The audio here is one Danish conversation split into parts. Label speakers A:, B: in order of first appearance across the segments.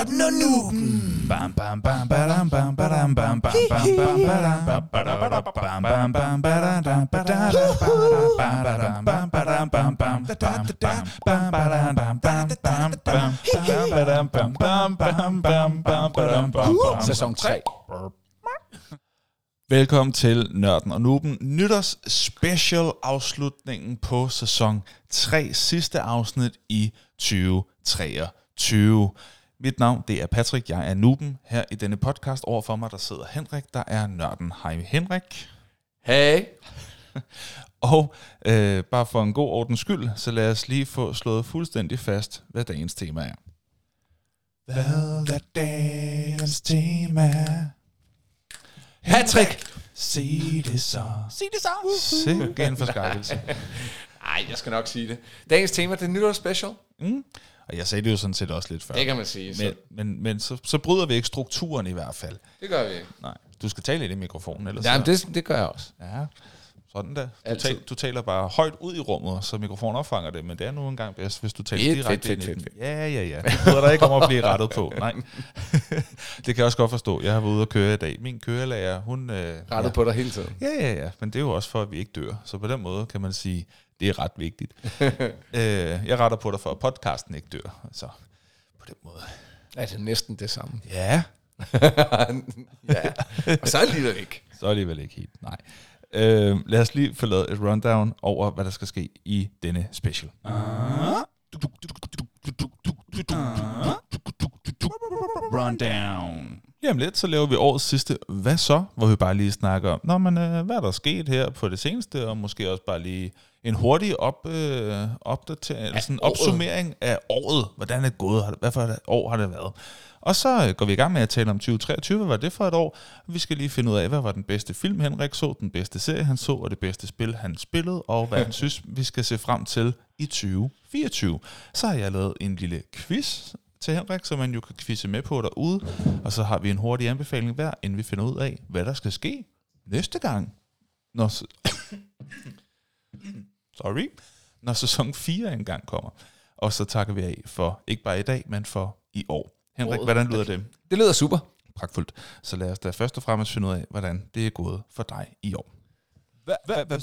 A: Nørden og Nuben. Bam bam bam badam bam badam bam bam bam bam badam bam badam bam bam.
B: Sæson 3.
A: Velkommen til Nørden og Nuben, nytårs special afslutningen på sæson 3, sidste afsnit i 2023. Mit navn, det er Patrick, jeg er Nuben. Her i denne podcast overfor mig, der sidder Henrik, der er Nørden. Hej Henrik.
B: Hey.
A: Og bare for en god ordens skyld, så lad os lige få slået fuldstændig fast, hvad dagens tema er. Hvad er dagens tema?
B: Patrick!
A: Sig det så.
B: Sig det så!
A: Sikke en forskrækkelse.
B: Nej, jeg skal nok sige det. Dagens tema, det er nytårs special.
A: Og jeg sagde det jo sådan set også lidt før.
B: Det kan man sige.
A: Men så bryder vi ikke strukturen i hvert fald.
B: Det gør vi ikke.
A: Nej, du skal tale lidt i mikrofonen. Ellers
B: Ja, det gør jeg også.
A: Ja, sådan da. Du taler bare højt ud i rummet, så mikrofonen opfanger det, men det er nu engang bedst, hvis du taler direkte ind i den. Ja. Det bryder dig ikke om at blive rettet på. Nej. Det kan jeg også godt forstå. Jeg har været ude at køre i dag. Min kørelærer, hun...
B: Rettet på dig hele tiden.
A: Ja. Men det er jo også for, at vi ikke dør. Så på den måde kan man sige, det er ret vigtigt. Jeg retter på dig for, at podcasten ikke dør. Så på den måde.
B: Ja, det er næsten det samme.
A: Ja.
B: Ja. Og så alligevel ikke.
A: Så alligevel ikke helt, nej. Lad os lige få lavet et rundown over, hvad der skal ske i denne special. Rundown. Lige om lidt, så laver vi årets sidste Hvad så? Hvor vi bare lige snakker om, hvad er der sket her på det seneste, og måske også bare lige en hurtig opsummering af året. Hvordan er det gået? Hvad for et år har det været? Og så går vi i gang med at tale om 2023. Hvad var det for et år? Vi skal lige finde ud af, hvad var den bedste film, Henrik så, den bedste serie, han så, og det bedste spil, han spillede, og hvad han synes, vi skal se frem til i 2024. Så har jeg lavet en lille quiz til Henrik, så man jo kan quizze med på derude. Og så har vi en hurtig anbefaling hver, inden vi finder ud af, hvad der skal ske næste gang. Når sæson 4 engang kommer. Og så takker vi af for, ikke bare i dag, men for i år. Henrik, hvordan lyder det?
B: Det lyder super.
A: Pragtfuldt. Så lad os da først og fremmest finde ud af, hvordan det er gået for dig i år. Hvad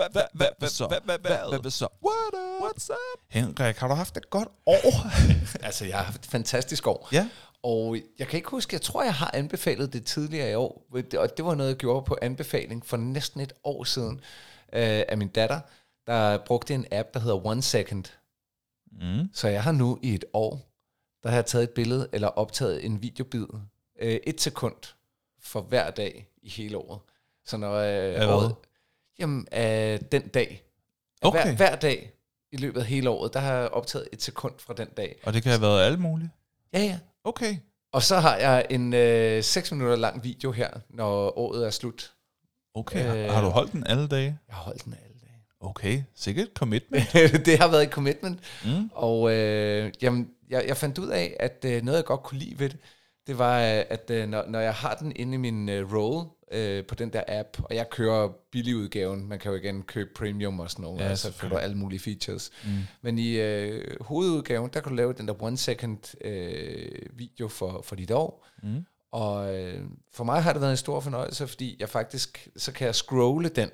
A: så? What's up? Henrik, har du haft et godt år?
B: Altså, jeg har haft et fantastisk år.
A: Ja.
B: Og jeg kan ikke huske, jeg tror, jeg har anbefalet det tidligere i år. Og det var noget, jeg gjorde på anbefaling for næsten et år siden af min datter, der brugte en app, der hedder 1 Second. Så jeg har nu i et år, der har jeg taget et billede eller optaget en videobid 1 sekund for hver dag i hele året. Så når året, jamen den dag.
A: Okay.
B: Hver dag i løbet af hele året, der har jeg optaget 1 sekund fra den dag.
A: Og det kan have været alt muligt?
B: Ja.
A: Okay.
B: Og så har jeg en 6 minutter lang video her, når året er slut.
A: Okay. Har du holdt den alle dage?
B: Jeg har holdt den alle dage.
A: Okay, sikkert commitment.
B: Det har været et commitment. Og jamen, jeg fandt ud af, at noget jeg godt kunne lide ved det var, at når jeg har den inde i min roll på den der app, og jeg kører billigudgaven, man kan jo igen købe premium og sådan noget, ja, så får du alle mulige features. Men i hovedudgaven, der kan du lave den der 1 second video for dit år. Og for mig har det været en stor fornøjelse, fordi jeg faktisk, så kan jeg scrolle den,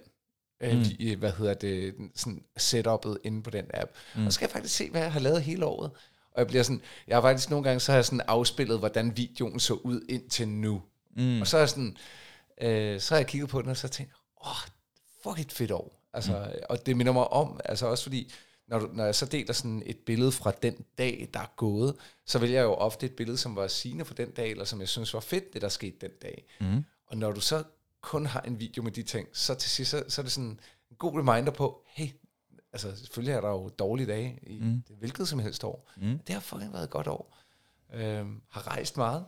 B: sådan setup'et inde på den app. Og så skal jeg faktisk se, hvad jeg har lavet hele året. Og jeg bliver sådan, jeg har faktisk nogle gange, så har jeg sådan afspillet, hvordan videoen så ud indtil nu. Og så er jeg sådan, så har jeg kigget på den, og så tænkt, fuck et fedt år. Altså, og det minder mig om, altså også fordi, når jeg så deler sådan et billede fra den dag, der er gået, så vælger jeg jo ofte et billede, som var sigende for den dag, eller som jeg synes var fedt, det der skete den dag. Og når du så kun har en video med de ting, så til sidst, så er det sådan en god reminder på, hey, altså selvfølgelig er der jo dårlige dage i det hvilket som helst år. Det har fucking været et godt år. Har rejst meget.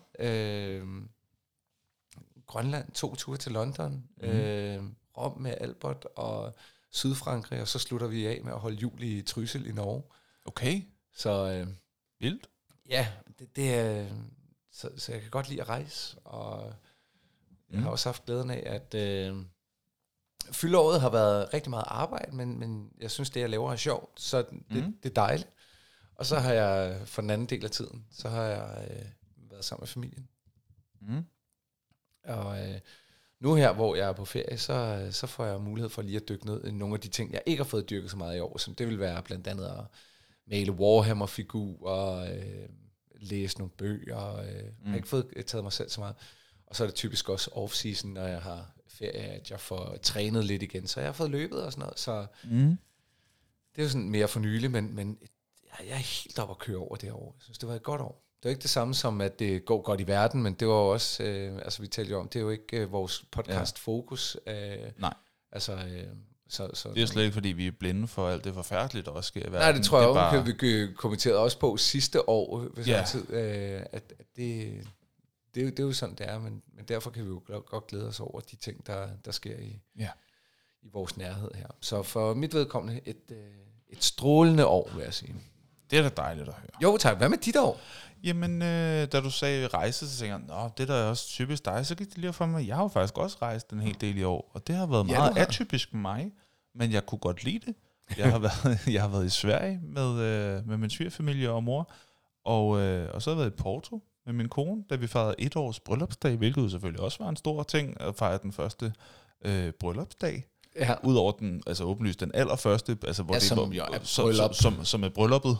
B: Grønland, 2 ture til London, Rom med Albert og Sydfrankrig, og så slutter vi af med at holde jul i Trysil i Norge.
A: Okay.
B: Så
A: vildt.
B: Ja, det er så jeg kan godt lide at rejse, og jeg har også haft glæden af, at fyldeåret har været rigtig meget arbejde, men jeg synes, det jeg laver er sjovt, så det er dejligt. Og så har jeg, for den anden del af tiden, så har jeg været sammen med familien.
A: Mm.
B: Og nu her, hvor jeg er på ferie, så får jeg mulighed for lige at dykke ned i nogle af de ting, jeg ikke har fået dyrket så meget i år, som det vil være blandt andet at male Warhammer-figurer, læse nogle bøger. Jeg har ikke fået taget mig selv så meget. Og så er det typisk også off-season, når jeg har ferie, at jeg får trænet lidt igen. Så jeg har fået løbet og sådan noget. Så det er jo sådan mere for nylig, men jeg er helt op at køre over det år. Jeg synes, det var et godt år. Det er ikke det samme som, at det går godt i verden, men det var også, altså vi talte jo om, det er jo ikke vores podcast-fokus.
A: Nej.
B: Altså, så
A: det er slet ikke, fordi vi er blinde for alt det forfærdelige, der også sker i verden.
B: Nej, det tror jeg også, vi kommenterede også på sidste år, hvis tid, at det er jo sådan, det er, men derfor kan vi jo godt glæde os over de ting, der sker i vores nærhed her. Så for mit vedkommende et strålende år, vil jeg sige.
A: Det er da dejligt at høre.
B: Jo, tak. Hvad med dit år?
A: Jamen, da du sagde rejse, så tænkte jeg, det der er også typisk dig. Så gik det lige for mig. Jeg har jo faktisk også rejst en hel del i år, og det har været meget atypisk for mig, men jeg kunne godt lide det. Jeg har været i Sverige med min svigerfamilie og mor, og så har jeg været i Porto med min kone, da vi fejrede 1 års bryllupsdag, hvilket selvfølgelig også var en stor ting, at fejre den første bryllupsdag. Ja. Udover den, altså åbenlyst den allerførste, altså hvor som er brylluppet.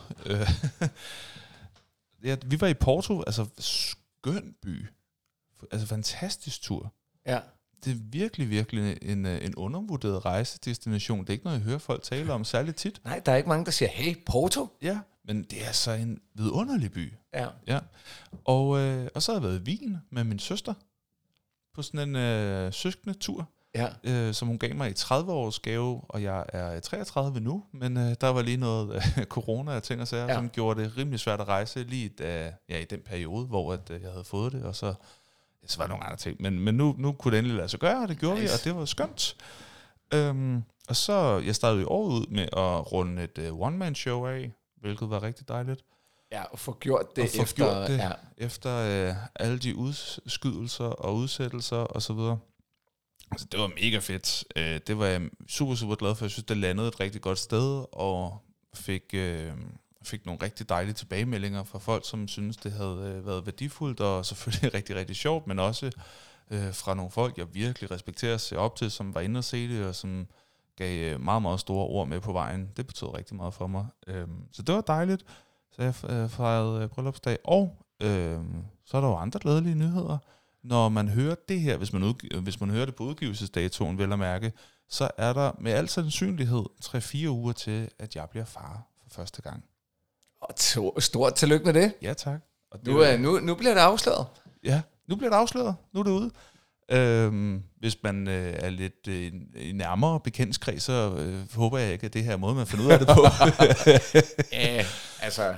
A: Vi var i Porto, altså skøn by, altså fantastisk tur.
B: Ja.
A: Det er virkelig, virkelig en undervurderet rejsedestination. Det er ikke noget, jeg hører folk tale om særligt tit.
B: Nej, der er ikke mange, der siger, hey, Porto?
A: Ja, men det er så en vidunderlig by.
B: Ja.
A: Og så har jeg været i Wien med min søster på sådan en søskende tur.
B: Ja.
A: Som hun gav mig i 30-års gave, og jeg er 33 nu, men der var lige noget corona og ting og sager, som gjorde det rimelig svært at rejse lige i den periode, hvor jeg havde fået det, og så var der nogle andre ting. Men nu kunne det endelig lade sig gøre, og det gjorde vi, og det var skønt. Og så jeg startede i år ud med at runde et one-man-show af, hvilket var rigtig dejligt.
B: Ja, og få gjort det
A: efter alle de udskydelser og udsættelser og så videre. Altså, det var mega fedt. Det var jeg super, super glad for. Jeg synes, det landede et rigtig godt sted, og fik nogle rigtig dejlige tilbagemeldinger fra folk, som synes det havde været værdifuldt, og selvfølgelig rigtig, rigtig sjovt, men også fra nogle folk, jeg virkelig respekterer og ser op til, som var inde og se det, og som gav meget, meget store ord med på vejen. Det betød rigtig meget for mig. Så det var dejligt. Så jeg fejrede bryllupsdag, og så er der jo andre glædelige nyheder. Når man hører det her, hvis man hører det på udgivelsesdatoen, vel at mærke, så er der med al sandsynlighed 3-4 uger til, at jeg bliver far for første gang.
B: Og stort tillykke med det.
A: Ja, tak.
B: Og nu bliver det afsløret.
A: Ja, nu bliver det afsløret. Nu er det ude. Hvis man er lidt i nærmere bekendtskreds, så håber jeg ikke, at det her er måde, man finder ud af det på.
B: Ja, altså...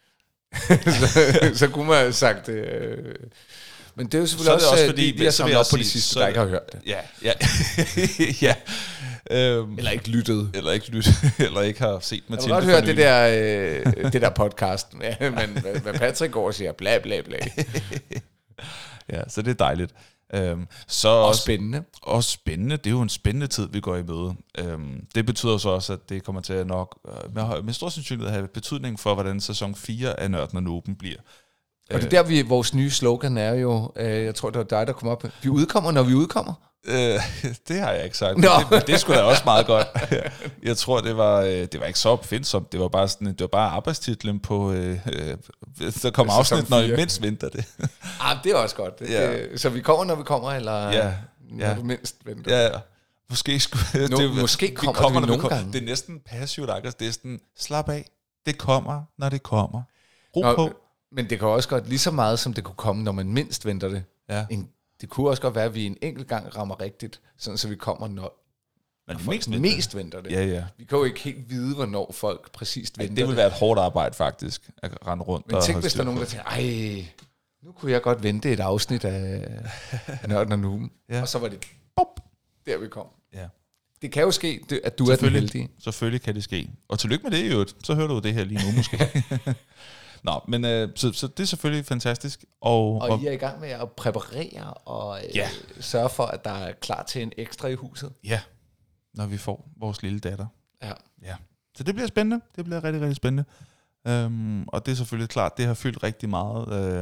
B: så kunne man have sagt... Men det er jo selvfølgelig også fordi vi har samlet op på de sidste, der ikke har hørt det.
A: Ja.
B: Eller ikke lyttet.
A: Eller ikke har set Mathilde.
B: Jeg har godt hørt det der podcast, men hvad Patrick går og siger, bla bla bla.
A: Ja, så det er dejligt.
B: Spændende.
A: Og spændende. Det er jo en spændende tid, vi går i møde. Det betyder så også, at det kommer til at nok med stor sandsynlighed at have betydning for, hvordan sæson 4 af Nørden og Nooben bliver.
B: Og det der, vores nye slogan er jo, jeg tror, det var dig, der kom op. Vi udkommer, når vi udkommer.
A: Det har jeg ikke sagt. Det skulle da også meget godt. Jeg tror, det var ikke så opfindsomt. Det var bare sådan, det var bare arbejdstitlen på, der kommer afsnit, når I mindst venter det.
B: Det er også godt. Ja. Så vi kommer, når vi kommer, eller når du mindst venter.
A: Ja, måske
B: måske kommer det nogle gange.
A: Det er næsten passivt aggressivt. Det er sådan, slap af. Det kommer, når det kommer. Ro på.
B: Men det kan også godt, lige så meget som det kunne komme, når man mindst venter det.
A: Ja.
B: Det kunne også godt være, at vi en enkelt gang rammer rigtigt, sådan så vi kommer, når folk mest venter det.
A: Ja.
B: Vi kan jo ikke helt vide, hvornår folk præcist venter det.
A: Det vil være et hårdt arbejde faktisk, at rende rundt.
B: Men tænk, hvis der er nogen, der tænker, nu kunne jeg godt vente et afsnit af Nørden og Nooben. Ja. Og så var det, der vi kom.
A: Ja.
B: Det kan jo ske, at du er den heldige.
A: Selvfølgelig kan det ske. Og tillykke med det, jo. Så hører du det her lige nu måske. Nå, men så det er selvfølgelig fantastisk. Og
B: I er i gang med at præparere og sørge for, at der er klar til en ekstra i huset.
A: Ja, når vi får vores lille datter.
B: Ja.
A: Så det bliver spændende. Det bliver rigtig, rigtig spændende. Og det er selvfølgelig klart, det har fyldt rigtig meget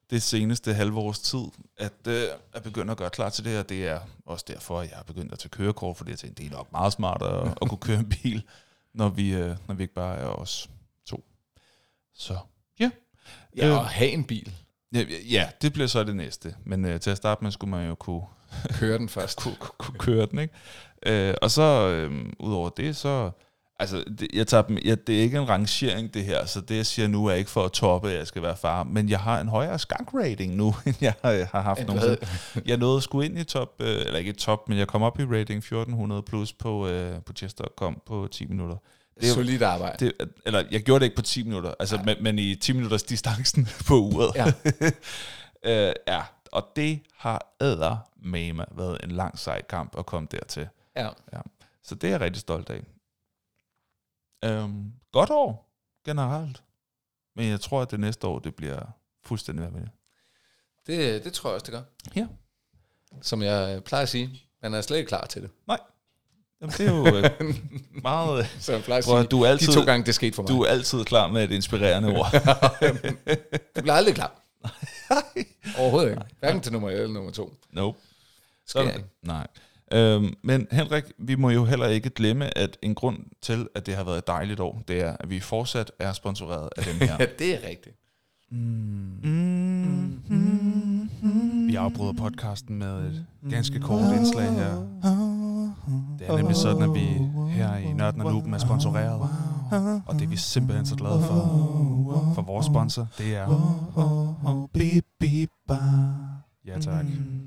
A: det seneste halve års tid, at begynde at gøre klar til det her. Det er også derfor, at jeg har begyndt at tage kørekort, fordi jeg tænkte, det er nok meget smartere at kunne køre en bil, når vi ikke bare er os to. Så, ja.
B: Ja, og have en bil.
A: Ja, det bliver så det næste. Men til at starte med, skulle man jo kunne
B: køre den først.
A: kunne køre den, ikke? Og så, udover det, så... Altså, det er ikke en rangering, det her, så det, jeg siger nu, er ikke for at toppe, at jeg skal være far, men jeg har en højere skank-rating nu, end jeg har haft nogensinde. Jeg nåede sgu ind i top, eller ikke top, men jeg kom op i rating 1400 plus på chess.com på 10 minutter.
B: Det er solidt arbejde.
A: Eller, jeg gjorde det ikke på 10 minutter, altså, men i 10 minutters distancen på uret. Ja. Ja, og det har eddermame været en lang sej kamp at komme dertil. Ja. Så det er jeg rigtig stolt af. Godt år generelt, men jeg tror, at det næste år, det bliver fuldstændig vanvittigt.
B: Det tror jeg også, det gør.
A: Ja.
B: Som jeg plejer at sige, man er slet ikke klar til det.
A: Nej. Jamen, det er jo meget...
B: Så jeg plejer at sige,
A: du er altid,
B: de 2 gange, det skete for mig.
A: Du er altid klar med et inspirerende ord.
B: Du bliver aldrig klar. Overhovedet ikke. Hverken til nummer 1 eller nummer 2.
A: Nope.
B: Sådan.
A: Nej. Men Henrik, vi må jo heller ikke glemme, at en grund til, at det har været et dejligt år, det er, at vi fortsat er sponsoreret af dem her.
B: Ja, det er rigtigt.
A: Vi afbryder podcasten med et ganske kort indslag her. Det er nemlig sådan, at vi her i Nørden og Nuben er sponsoreret. Og det er vi simpelthen så glade for vores sponsor. Det er... Ja, tak.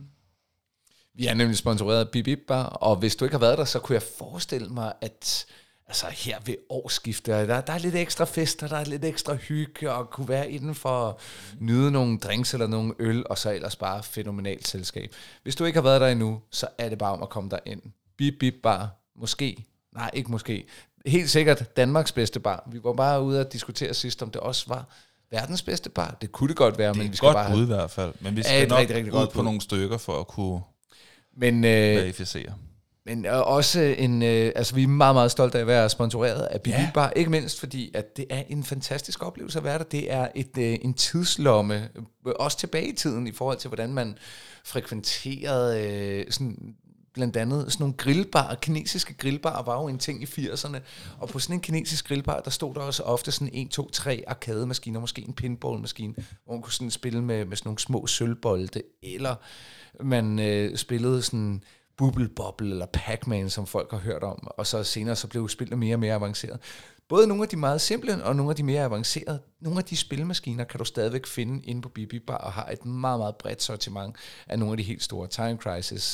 B: Vi er nemlig sponsoreret af Bip Bip Bar, og hvis du ikke har været der, så kunne jeg forestille mig, at altså her ved årsskiftet, der er lidt ekstra fester, der er lidt ekstra hygge, og kunne være inden for at nyde nogle drinks eller nogle øl, og så ellers bare fænomenalt selskab. Hvis du ikke har været der endnu, så er det bare om at komme der ind. Bip Bip Bar, måske, nej ikke måske, helt sikkert Danmarks bedste bar. Vi var bare ude at diskutere sidst, om det også var verdens bedste bar. Det kunne det godt være, men vi skal bare...
A: Det er et godt bud i hvert fald, men vi skal nok
B: rigtig
A: ud på nogle stykker for at kunne... verificere.
B: Men også altså vi er meget, meget stolte af at være sponsoreret af Bip Bip Bar, ikke mindst fordi, at det er en fantastisk oplevelse at være der. Det er en tidslomme, også tilbage i tiden, i forhold til, hvordan man frekventerede sådan, blandt andet sådan nogle grillbarer, kinesiske grillbarer var jo en ting i 80'erne, og på sådan en kinesisk grillbar, der stod der også ofte sådan 1, 2, 3 arkademaskiner, måske en pinballmaskine, hvor man kunne sådan spille med sådan nogle små sølvbolde, eller man spillede sådan Bubble Bobble eller Pac-Man, som folk har hørt om, og så senere så blev spillet mere og mere avanceret. Både nogle af de meget simple, og nogle af de mere avancerede. Nogle af de spilmaskiner kan du stadigvæk finde inde på Bip Bip Bar, og har et meget, meget bredt sortiment af nogle af de helt store. Time Crisis,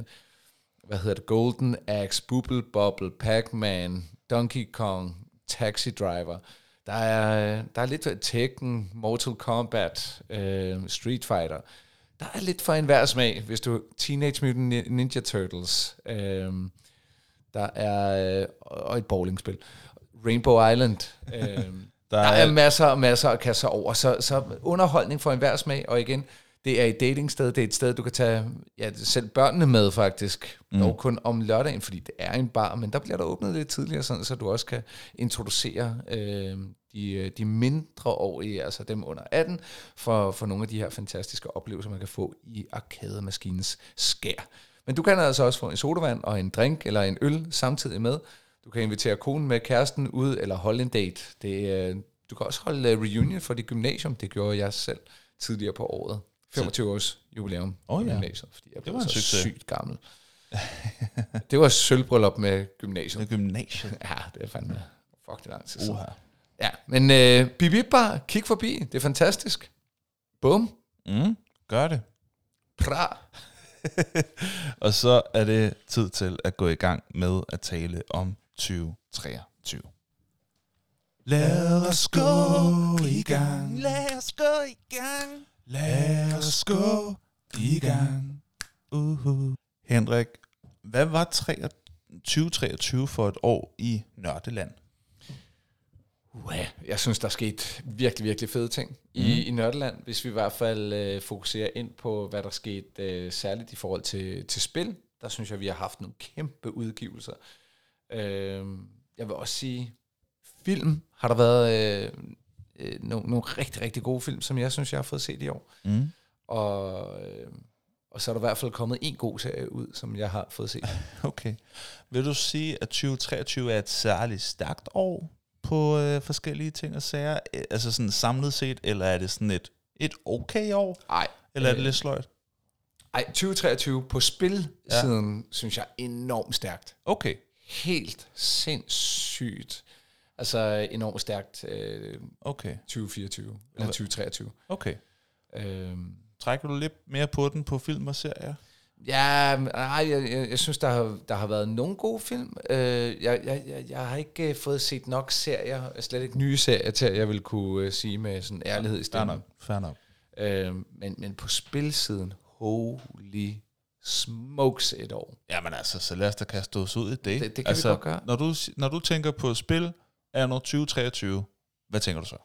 B: Golden Axe, Bubble Bobble, Pac-Man, Donkey Kong, Taxi Driver. Der er lidt Tekken, Mortal Kombat, Street Fighter. Der er lidt for enhver smag, hvis du Teenage Mutant Ninja Turtles. Der er og et bowlingspil. Rainbow Island. Der er masser og masser at kaste sig over. Så underholdning for enhver smag. Og igen, det er et datingsted. Det er et sted, du kan tage selv børnene med faktisk. Dog kun om lørdagen, fordi det er en bar. Men der bliver der åbnet lidt tidligere, sådan, så du også kan introducere de mindreårige, altså dem under 18, for nogle af de her fantastiske oplevelser, man kan få i arkademaskinens skær. Men du kan altså også få en sodavand og en drink eller en øl samtidig med. Du kan invitere konen med kæresten ud, eller holde en date. Du kan også holde reunion for dit gymnasium. Det gjorde jeg selv tidligere på året. 25 års jubilæum på gymnasiet, fordi jeg blev så sygt gammel. Det var sølvbryllup med gymnasium.
A: Med gymnasium?
B: Ja, det er fandme fuck det lang tid siden. Ja, men Bip Bip Bar, kig forbi. Det er fantastisk. Bum.
A: Gør det.
B: Pra.
A: Og så er det tid til at gå i gang med at tale om 2023. Lad os gå i gang. Lad os gå i gang. Lad os gå i gang. Henrik, hvad var 2023 for et år i Nørdeland?
B: Jeg synes, der skete virkelig, virkelig fede ting i Nørdeland, hvis vi i hvert fald fokuserer ind på, hvad der skete særligt i forhold til spil. Der synes jeg, vi har haft nogle kæmpe udgivelser. Jeg vil også sige, film har der været nogle rigtig, rigtig gode film, som jeg synes, jeg har fået set i år. Og så er der i hvert fald kommet en god serie ud, som jeg har fået set.
A: Okay. Vil du sige, at 2023 er et særligt stærkt år på forskellige ting og sager? Altså sådan samlet set, eller er det sådan et okay år?
B: Nej.
A: Eller er det lidt sløjt?
B: Ej, 2023 på spilsiden, synes jeg er enormt stærkt.
A: Okay.
B: Helt sindssygt. Altså enormt stærkt
A: Okay.
B: 2024, eller 2023.
A: Okay. Trækker du lidt mere på den på film og serier?
B: Ja, jeg synes, der har været nogle gode film. Jeg har ikke fået set nok serier, slet ikke nye serier, til at jeg vil kunne sige med sådan ærlighed i stemmen.
A: Fair nok.
B: Men på spilsiden, holy smokes et år.
A: Jamen altså, så lad os da kaste os ud i det.
B: Det kan altså, vi godt gøre.
A: Når du tænker på spil anno 2023, hvad tænker du så?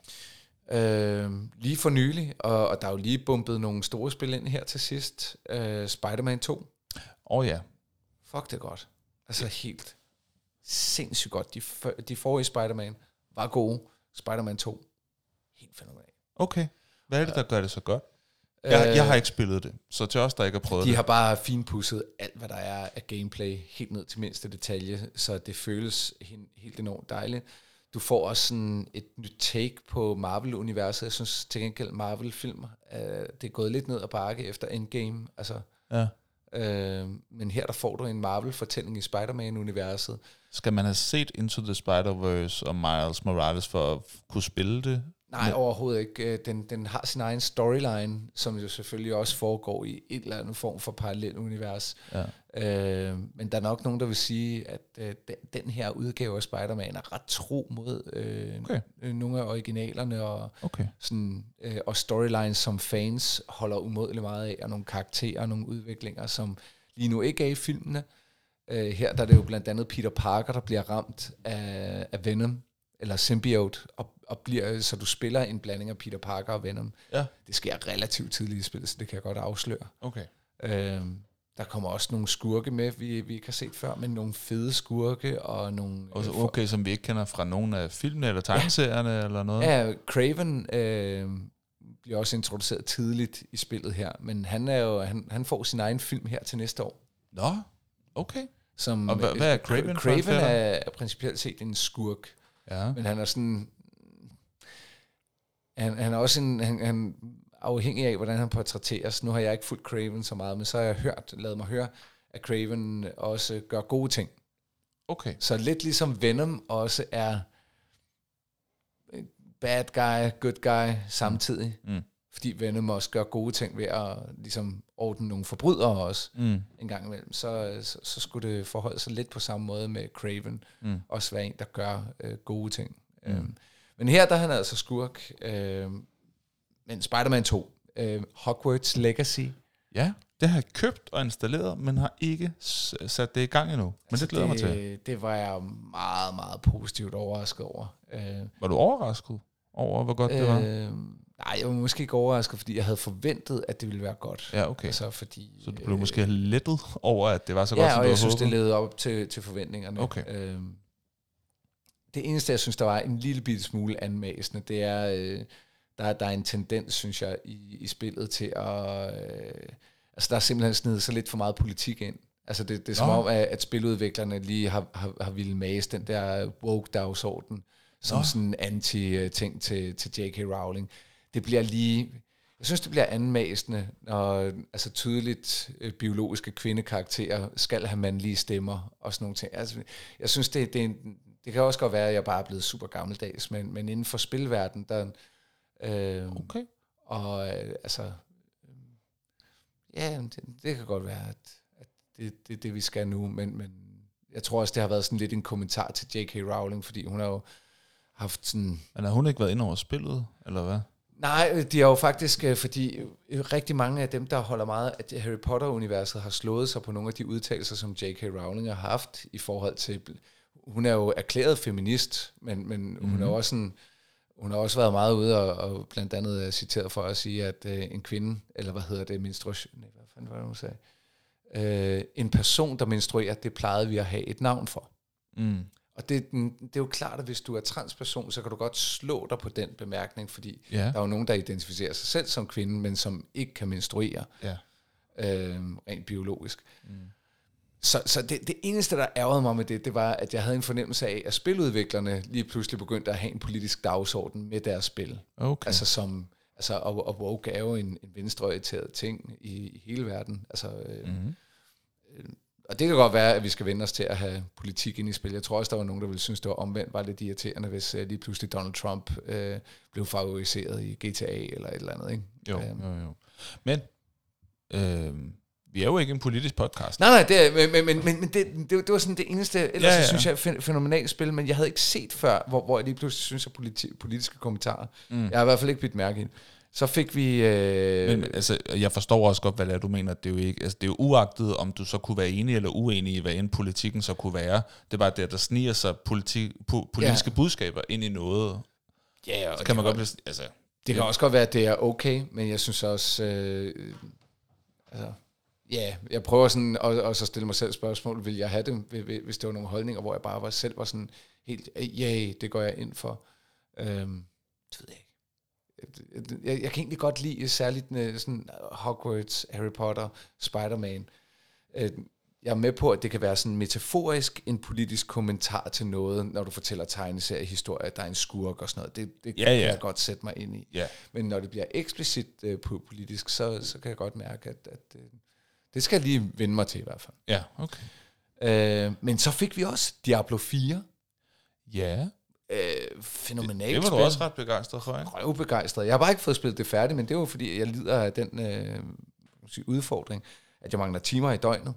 B: Lige for nylig, og der er jo lige bumpet nogle store spil ind her til sidst. Spider-Man 2.
A: Ja.
B: Fuck, det er godt. Altså helt sindssygt godt. De forrige Spider-Man var gode. Spider-Man 2, helt fænomenal.
A: Okay. Hvad er det, der gør det så godt? Jeg har ikke spillet det, så til os, der ikke har prøvet det.
B: De har bare finpudset alt, hvad der er af gameplay, helt ned til mindste detalje, så det føles helt enormt dejligt. Du får også sådan et nyt take på Marvel-universet. Jeg synes til gengæld, Marvel-film, det er gået lidt ned ad bakke efter Endgame. Altså,
A: ja.
B: Men her der får du en Marvel-fortælling i Spider-Man-universet.
A: Skal man have set Into the Spider-Verse og Miles Morales for at kunne spille det?
B: Nej, overhovedet ikke. Den har sin egen storyline, som jo selvfølgelig også foregår i et eller andet form for parallelt univers. Ja. Men der er nok nogen, der vil sige, at den her udgave af Spider-Man er ret tro mod nogle af originalerne, og, sådan, og storylines, som fans holder umådeligt meget af, og nogle karakterer og nogle udviklinger, som lige nu ikke er i filmene. Her der er det jo blandt andet Peter Parker, der bliver ramt af Venom, eller Symbiote, og bliver, så du spiller en blanding af Peter Parker og Venom. Ja. Det sker relativt tidligt i spillet, så det kan jeg godt afsløre.
A: Okay.
B: Der kommer også nogle skurke med, vi ikke har set før, men nogle fede skurke og nogle...
A: Okay, som vi ikke kender fra nogle af filmene eller tegneserierne eller noget?
B: Ja, Kraven bliver også introduceret tidligt i spillet her, men han får sin egen film her til næste år.
A: Nå, okay.
B: Og hvad er Kraven? Kraven er principielt set en skurk. Ja. Men han er sådan... Han er også han afhængig af, hvordan han portrætteres. Nu har jeg ikke fulgt Kraven så meget, men så har jeg lavet mig høre, at Kraven også gør gode ting.
A: Okay.
B: Så lidt ligesom Venom også er bad guy, good guy samtidig. Fordi Venom også gør gode ting ved at ligesom ordne nogle forbrydere også en gang imellem. Så skulle det forholde sig lidt på samme måde med Kraven. Også være en, der gør gode ting. Men her der er han altså skurk. Men Spider-Man 2, Hogwarts Legacy.
A: Ja, det har jeg købt og installeret, men har ikke sat det i gang endnu. Men altså det glæder mig til.
B: Det var jeg meget, meget positivt overrasket over.
A: Var du overrasket over, hvor godt det var?
B: Nej, jeg var måske ikke overrasket, fordi jeg havde forventet, at det ville være godt.
A: Ja, okay.
B: Altså, fordi,
A: så du blev måske lettet over, at det var så godt, som du havde håbet?
B: Ja, og jeg synes, det levede op til forventningerne.
A: Okay.
B: Det eneste, jeg synes, der var en lille bitte smule anmæsende, det er, der er en tendens, synes jeg, i spillet til at... altså, der er simpelthen snedet så lidt for meget politik ind. Altså, det er som om, at spiludviklerne lige har ville mase den der woke-dagsorden, som sådan en anti-ting til J.K. Rowling. Det bliver lige... Jeg synes, det bliver anmæsende, når altså tydeligt biologiske kvindekarakterer skal have mandlige stemmer og sådan nogle ting. Altså, jeg synes, det kan også godt være, at jeg bare er blevet super gammeldags, men inden for spilverdenen, der...
A: okay.
B: Og altså... Ja, det kan godt være, at det er det, vi skal nu, men jeg tror også, det har været sådan lidt en kommentar til J.K. Rowling, fordi hun har jo haft sådan...
A: Men har hun ikke været inde over spillet, eller hvad?
B: Nej, de har jo faktisk, fordi rigtig mange af dem, der holder meget af Harry Potter-universet, har slået sig på nogle af de udtalelser, som J.K. Rowling har haft i forhold til... Hun er jo erklæret feminist, men hun er også sådan... Hun har også været meget ude og blandt andet citeret for at sige, at en kvinde, eller hvad hedder det, menstruation... Nej, hvad fanden var det, hun sagde? En person, der menstruerer, det plejede vi at have et navn for. Og det er jo klart, at hvis du er transperson, så kan du godt slå dig på den bemærkning, fordi der er jo nogen, der identificerer sig selv som kvinde, men som ikke kan menstruere rent biologisk. Så det eneste, der ærgerede mig med det var, at jeg havde en fornemmelse af, at spiludviklerne lige pludselig begyndte at have en politisk dagsorden med deres spil.
A: Okay.
B: Og woke er jo en venstreorienteret ting i hele verden. Og det kan godt være, at vi skal vende os til at have politik ind i spil. Jeg tror også, der var nogen, der ville synes, det var omvendt, var lidt irriterende, hvis lige pludselig Donald Trump blev favoriseret i GTA eller et eller andet. Ikke?
A: Jo. Men vi er jo ikke en politisk podcast.
B: Nej, men det var sådan det eneste, ellers synes jeg fænomenalt spil, men jeg havde ikke set før, hvor jeg lige pludselig synes, at politiske kommentarer. Jeg har i hvert fald ikke bidt mærke i. Så fik vi...
A: Men altså, jeg forstår også godt, hvad det er, du mener. Det er jo ikke, altså, det er jo uagtet, om du så kunne være enig eller uenig i, hvad end politikken så kunne være. Det er bare det, der sniger sig politiske budskaber ind i noget.
B: Ja,
A: så kan man godt blive...
B: Det kan også godt være, at det er okay, men jeg synes også... jeg prøver sådan at så stille mig selv spørgsmål. Vil jeg have det, hvis det var nogle holdninger, hvor jeg bare selv var sådan helt... det går jeg ind for. Det ved jeg ikke. Jeg kan egentlig godt lide særligt sådan Hogwarts, Harry Potter, Spider-Man. Jeg er med på, at det kan være sådan metaforisk en politisk kommentar til noget, når du fortæller tegneseriehistorier, at der er en skurk og sådan noget. Det kan jeg godt sætte mig ind i. Yeah. Men når det bliver eksplicit politisk, så kan jeg godt mærke, at det skal jeg lige vende mig til i hvert fald.
A: Ja, okay.
B: Men så fik vi også Diablo 4.
A: Ja.
B: Fænomenalt.
A: Det var du også ret begejstret for, ikke?
B: Røvbegejstret. Jeg har bare ikke fået spillet det færdigt, men det var fordi, jeg lider af den udfordring, at jeg mangler timer i døgnet.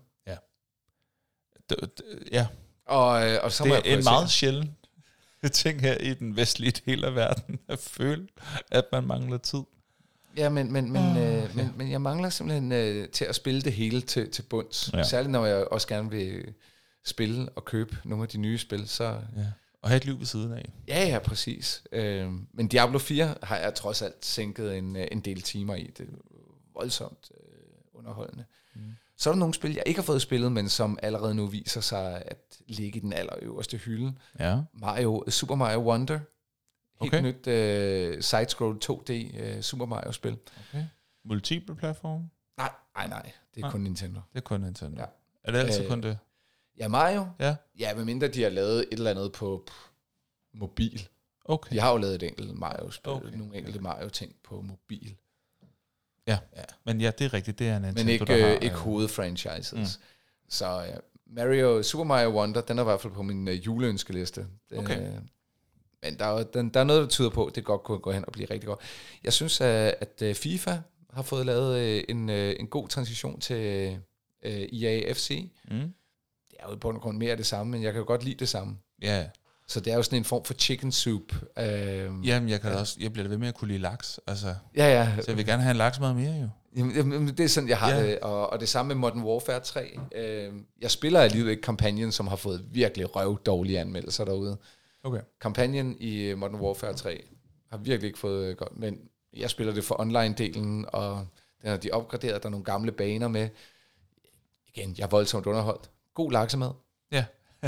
A: Ja.
B: Og så
A: det er en meget sjælden ting her i den vestlige del af verden, at føle, at man mangler tid.
B: Ja, men jeg mangler simpelthen til at spille det hele til bunds. Ja. Særligt når jeg også gerne vil spille og købe nogle af de nye spil, så...
A: Ja. Og have et liv ved siden af.
B: Ja, præcis. Men Diablo 4 har jeg trods alt sænket en del timer i. Det er voldsomt underholdende. Så er der nogle spil, jeg ikke har fået spillet, men som allerede nu viser sig at ligge i den allerøverste hylde. Ja. Super Mario Wonder. Helt nyt side-scroll 2D Super Mario-spil.
A: Okay. Multiple platform?
B: Nej. Det er kun Nintendo.
A: Det er kun Nintendo. Ja. Er det altid kun det?
B: Ja, Mario.
A: Ja.
B: Ja, medmindre de har lavet et eller andet på mobil.
A: Okay.
B: De har jo lavet et enkelt Mario-spil. Nogle enkelte Mario-ting på mobil.
A: Ja, men ja, det er rigtigt. Det er Nintendo,
B: men ikke,
A: der har...
B: ikke hovedfranchises. Så Super Mario Wonder, den er i hvert fald på min juleønskeliste.
A: Okay.
B: Men der er noget, der tyder på, at det godt kunne gå hen og blive rigtig godt. Jeg synes, at FIFA har fået lavet en god transition til EA FC. Det er jo på en grund mere af det samme, men jeg kan jo godt lide det samme.
A: Ja.
B: Så det er jo sådan en form for chicken soup.
A: Jamen, jeg bliver da ved med at kunne lide laks. Altså.
B: Ja.
A: Så jeg vil gerne have en laksmad mere, jo.
B: Jamen, det er sådan, jeg har det. Og det samme med Modern Warfare 3. Jeg spiller alligevel ikke kampagnen, som har fået virkelig dårlige anmeldelser derude.
A: Okay.
B: Kampagnen i Modern Warfare 3 har virkelig ikke fået godt, men jeg spiller det for online-delen, og den har de opgraderet, der er nogle gamle baner med. Igen, jeg er voldsomt underholdt. God laksemad.
A: Ja.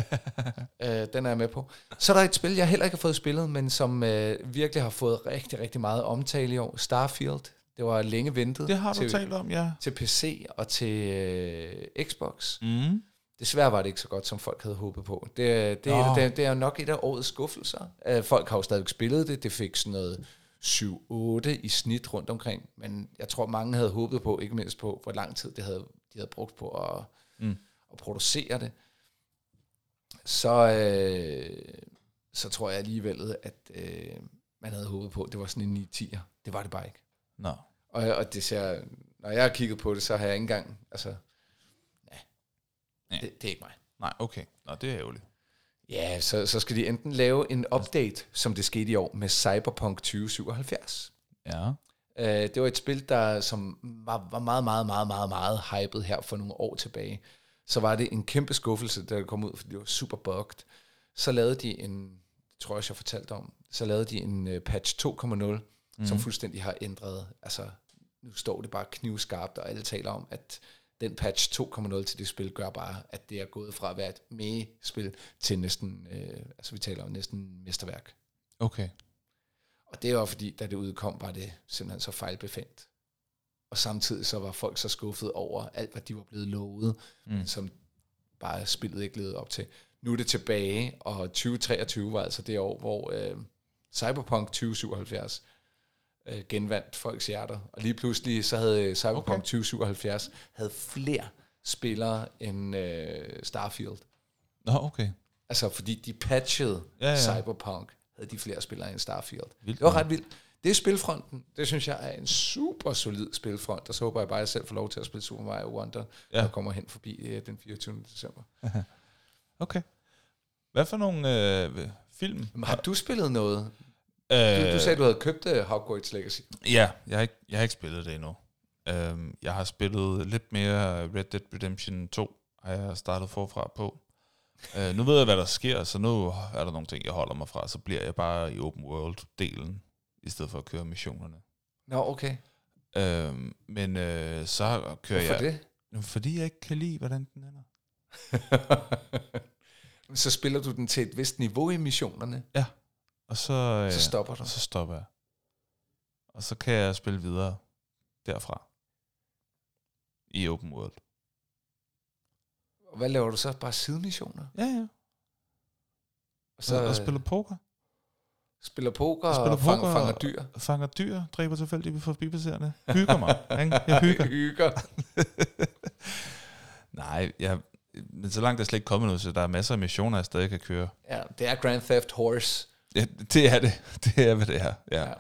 B: Den er jeg med på. Så er der et spil, jeg heller ikke har fået spillet, men som virkelig har fået rigtig, rigtig meget omtale i år. Starfield. Det var længe ventet.
A: Det har du talt om, ja.
B: Til PC og til Xbox. Desværre var det ikke så godt, som folk havde håbet på. Det er nok et af årets skuffelser. Folk har jo stadig spillet det. Det fik sådan noget 7-8 i snit rundt omkring. Men jeg tror, mange havde håbet på, ikke mindst på, hvor lang tid de havde brugt på at producere det. Så tror jeg alligevel, at man havde håbet på, at det var sådan en 9-10'er. Det var det bare ikke.
A: No.
B: Og det ser, når jeg har kigget på det, så har jeg ikke engang, det er ikke mig.
A: Nej, okay. Nå, det er ærgerligt.
B: Ja, så skal de enten lave en update, som det skete i år, med Cyberpunk 2077.
A: Ja.
B: Det var et spil, som var meget, meget, meget, meget, meget hyped her for nogle år tilbage. Så var det en kæmpe skuffelse, da det kom ud, fordi det var super bugged. Så lavede de tror jeg fortalte om, så lavede de en patch 2.0, som fuldstændig har ændret. Altså, nu står det bare knivskarpt, og alle taler om, at den patch 2.0 til det spil gør bare, at det er gået fra at være et mega-spil til næsten, altså vi taler om næsten mesterværk.
A: Okay.
B: Og det var fordi, da det udkom, var det simpelthen så fejlbefængt. Og samtidig så var folk så skuffet over alt, hvad de var blevet lovet, som bare spillet ikke levede op til. Nu er det tilbage, og 2023 var altså det år, hvor Cyberpunk 2077 genvandt folks hjerter. Og lige pludselig så havde Cyberpunk 2077 havde flere spillere end Starfield.
A: Nå, okay.
B: Altså fordi de patchede Cyberpunk, havde de flere spillere end Starfield.
A: Vildt.
B: Det var ret vildt. Det er spilfronten. Det synes jeg er en super solid spilfront. Og så håber jeg bare, at jeg selv får lov til at spille Super Mario Wonder, når jeg kommer hen forbi den 24. december.
A: Okay. Hvad for nogle film?
B: Har du spillet noget? Du sagde, du havde købt Hogwarts Legacy.
A: Ja, jeg har ikke spillet det endnu. Jeg har spillet lidt mere Red Dead Redemption 2, har jeg startet forfra på. Nu ved jeg, hvad der sker, så nu er der nogle ting, jeg holder mig fra. Så bliver jeg bare i open world-delen, i stedet for at køre missionerne.
B: Nå, okay.
A: Men så kører
B: Hvorfor det?
A: Fordi jeg ikke kan lide, hvordan den ender.
B: Så spiller du den til et vist niveau i missionerne?
A: Ja. Og så
B: stopper du?
A: Så stopper jeg. Og så kan jeg spille videre derfra. I open world.
B: Og hvad laver du så? Bare sidemissioner?
A: Ja. Og spiller poker.
B: Spiller poker og fanger dyr.
A: Fanger dyr, dræber tilfældigt forbipasserende. Hygger mig. Jeg hygger. Nej, men så langt er slet ikke kommet noget, så der er masser af missioner, jeg stadig kan køre.
B: Ja, det er Grand Theft Horse.
A: Ja, det er det. Det er, hvad det er. Ja.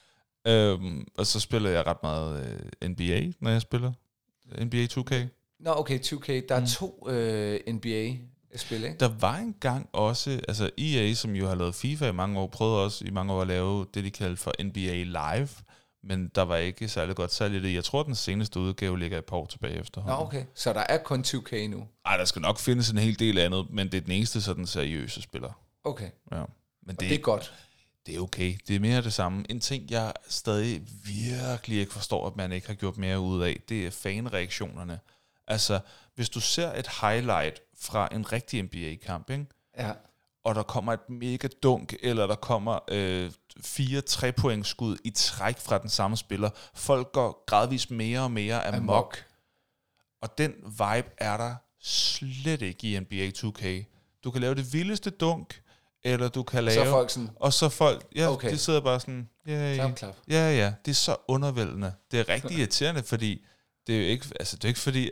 A: Og så spiller jeg ret meget NBA, når jeg spiller. NBA 2K.
B: Nå, okay, 2K. Der er 2 NBA-spil, ikke?
A: Der var engang også, altså EA, som jo har lavet FIFA i mange år, prøvede også i mange år at lave det, de kaldte for NBA Live, men der var ikke særlig godt salg i det. Jeg tror, den seneste udgave ligger et par år tilbage efterhånden.
B: Nå, okay. Så der er kun 2K nu?
A: Ej, der skal nok findes en hel del andet, men det er den eneste sådan seriøse spiller.
B: Okay.
A: Ja. Men
B: det er godt.
A: Det er okay. Det er mere det samme. En ting, jeg stadig virkelig ikke forstår, at man ikke har gjort mere ud af, det er fanreaktionerne. Altså, hvis du ser et highlight fra en rigtig NBA-kamp, ikke?
B: Ja.
A: Og der kommer et mega dunk, eller der kommer 4 3-pointsskud i træk fra den samme spiller, folk går gradvist mere og mere amok. Og den vibe er der slet ikke i NBA 2K. Du kan lave det vildeste dunk, eller du kan lave...
B: Så folk sådan...
A: Og så folk... Ja, okay. De sidder bare sådan...
B: Klap.
A: Ja. Det er så undervældende. Det er rigtig irriterende, fordi... Det er jo ikke, altså det er ikke fordi,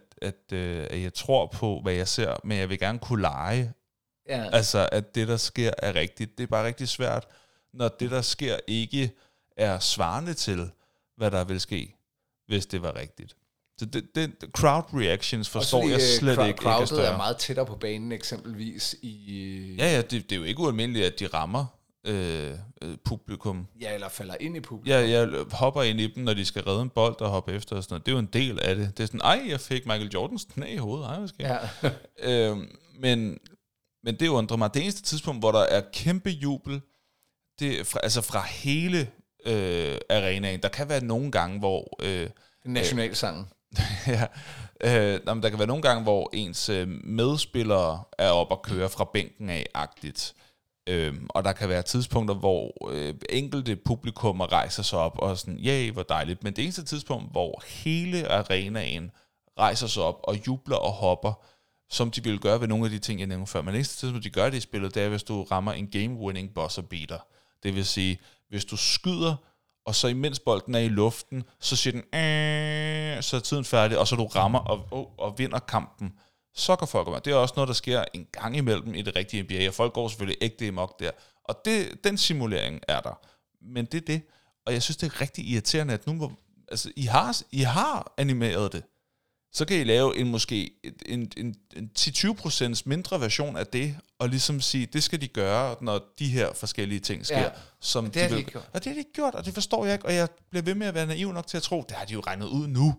A: at jeg tror på, hvad jeg ser, men jeg vil gerne kunne lege.
B: Ja.
A: Altså, at det, der sker, er rigtigt. Det er bare rigtig svært, når det, der sker, ikke er svarende til, hvad der vil ske, hvis det var rigtigt. Så det crowd reactions forstår jeg slet ikke.
B: Crowdet er meget tættere på banen, eksempelvis i...
A: Ja, det er jo ikke ualmindeligt, at de rammer publikum.
B: Ja, eller falder ind i publikum.
A: Ja, jeg hopper ind i dem, når de skal redde en bold og hoppe efter og sådan noget. Det er jo en del af det. Det er sådan, jeg fik Michael Jordans knæ i hovedet. Hvad sker? Ja. Men det undrer mig. Det eneste tidspunkt, hvor der er kæmpe jubel, det er fra hele arenaen. Der kan være nogle gange, hvor...
B: nationalsangen.
A: Ja, der kan være nogle gange, hvor ens medspillere er op og køre fra bænken af-agtigt. Og der kan være tidspunkter, hvor enkelte publikummer rejser sig op og sådan, hvor dejligt. Men det eneste tidspunkt, hvor hele arenaen rejser sig op og jubler og hopper, som de ville gøre ved nogle af de ting, jeg nævnte før. Men det eneste tidspunkt, de gør det i spillet, det er, hvis du rammer en game-winning buzzer beater. Det vil sige, hvis du skyder, og så imens bolden er i luften, så siger den, så er tiden færdig, og så du rammer og vinder kampen. Så går folk om. Det er også noget, der sker en gang imellem i det rigtige NBA, og folk går selvfølgelig ægte amok der. Og den simulering er der. Men det er det. Og jeg synes, det er rigtig irriterende, at nu, altså, I har animeret det. Så kan I lave en 10-20% mindre version af det, og ligesom sige, det skal de gøre, når de her forskellige ting sker. Ja,
B: som det har de ikke gjort.
A: Og det har de ikke gjort, og det forstår jeg ikke, og jeg bliver ved med at være naiv nok til at tro, det har de jo regnet ud nu.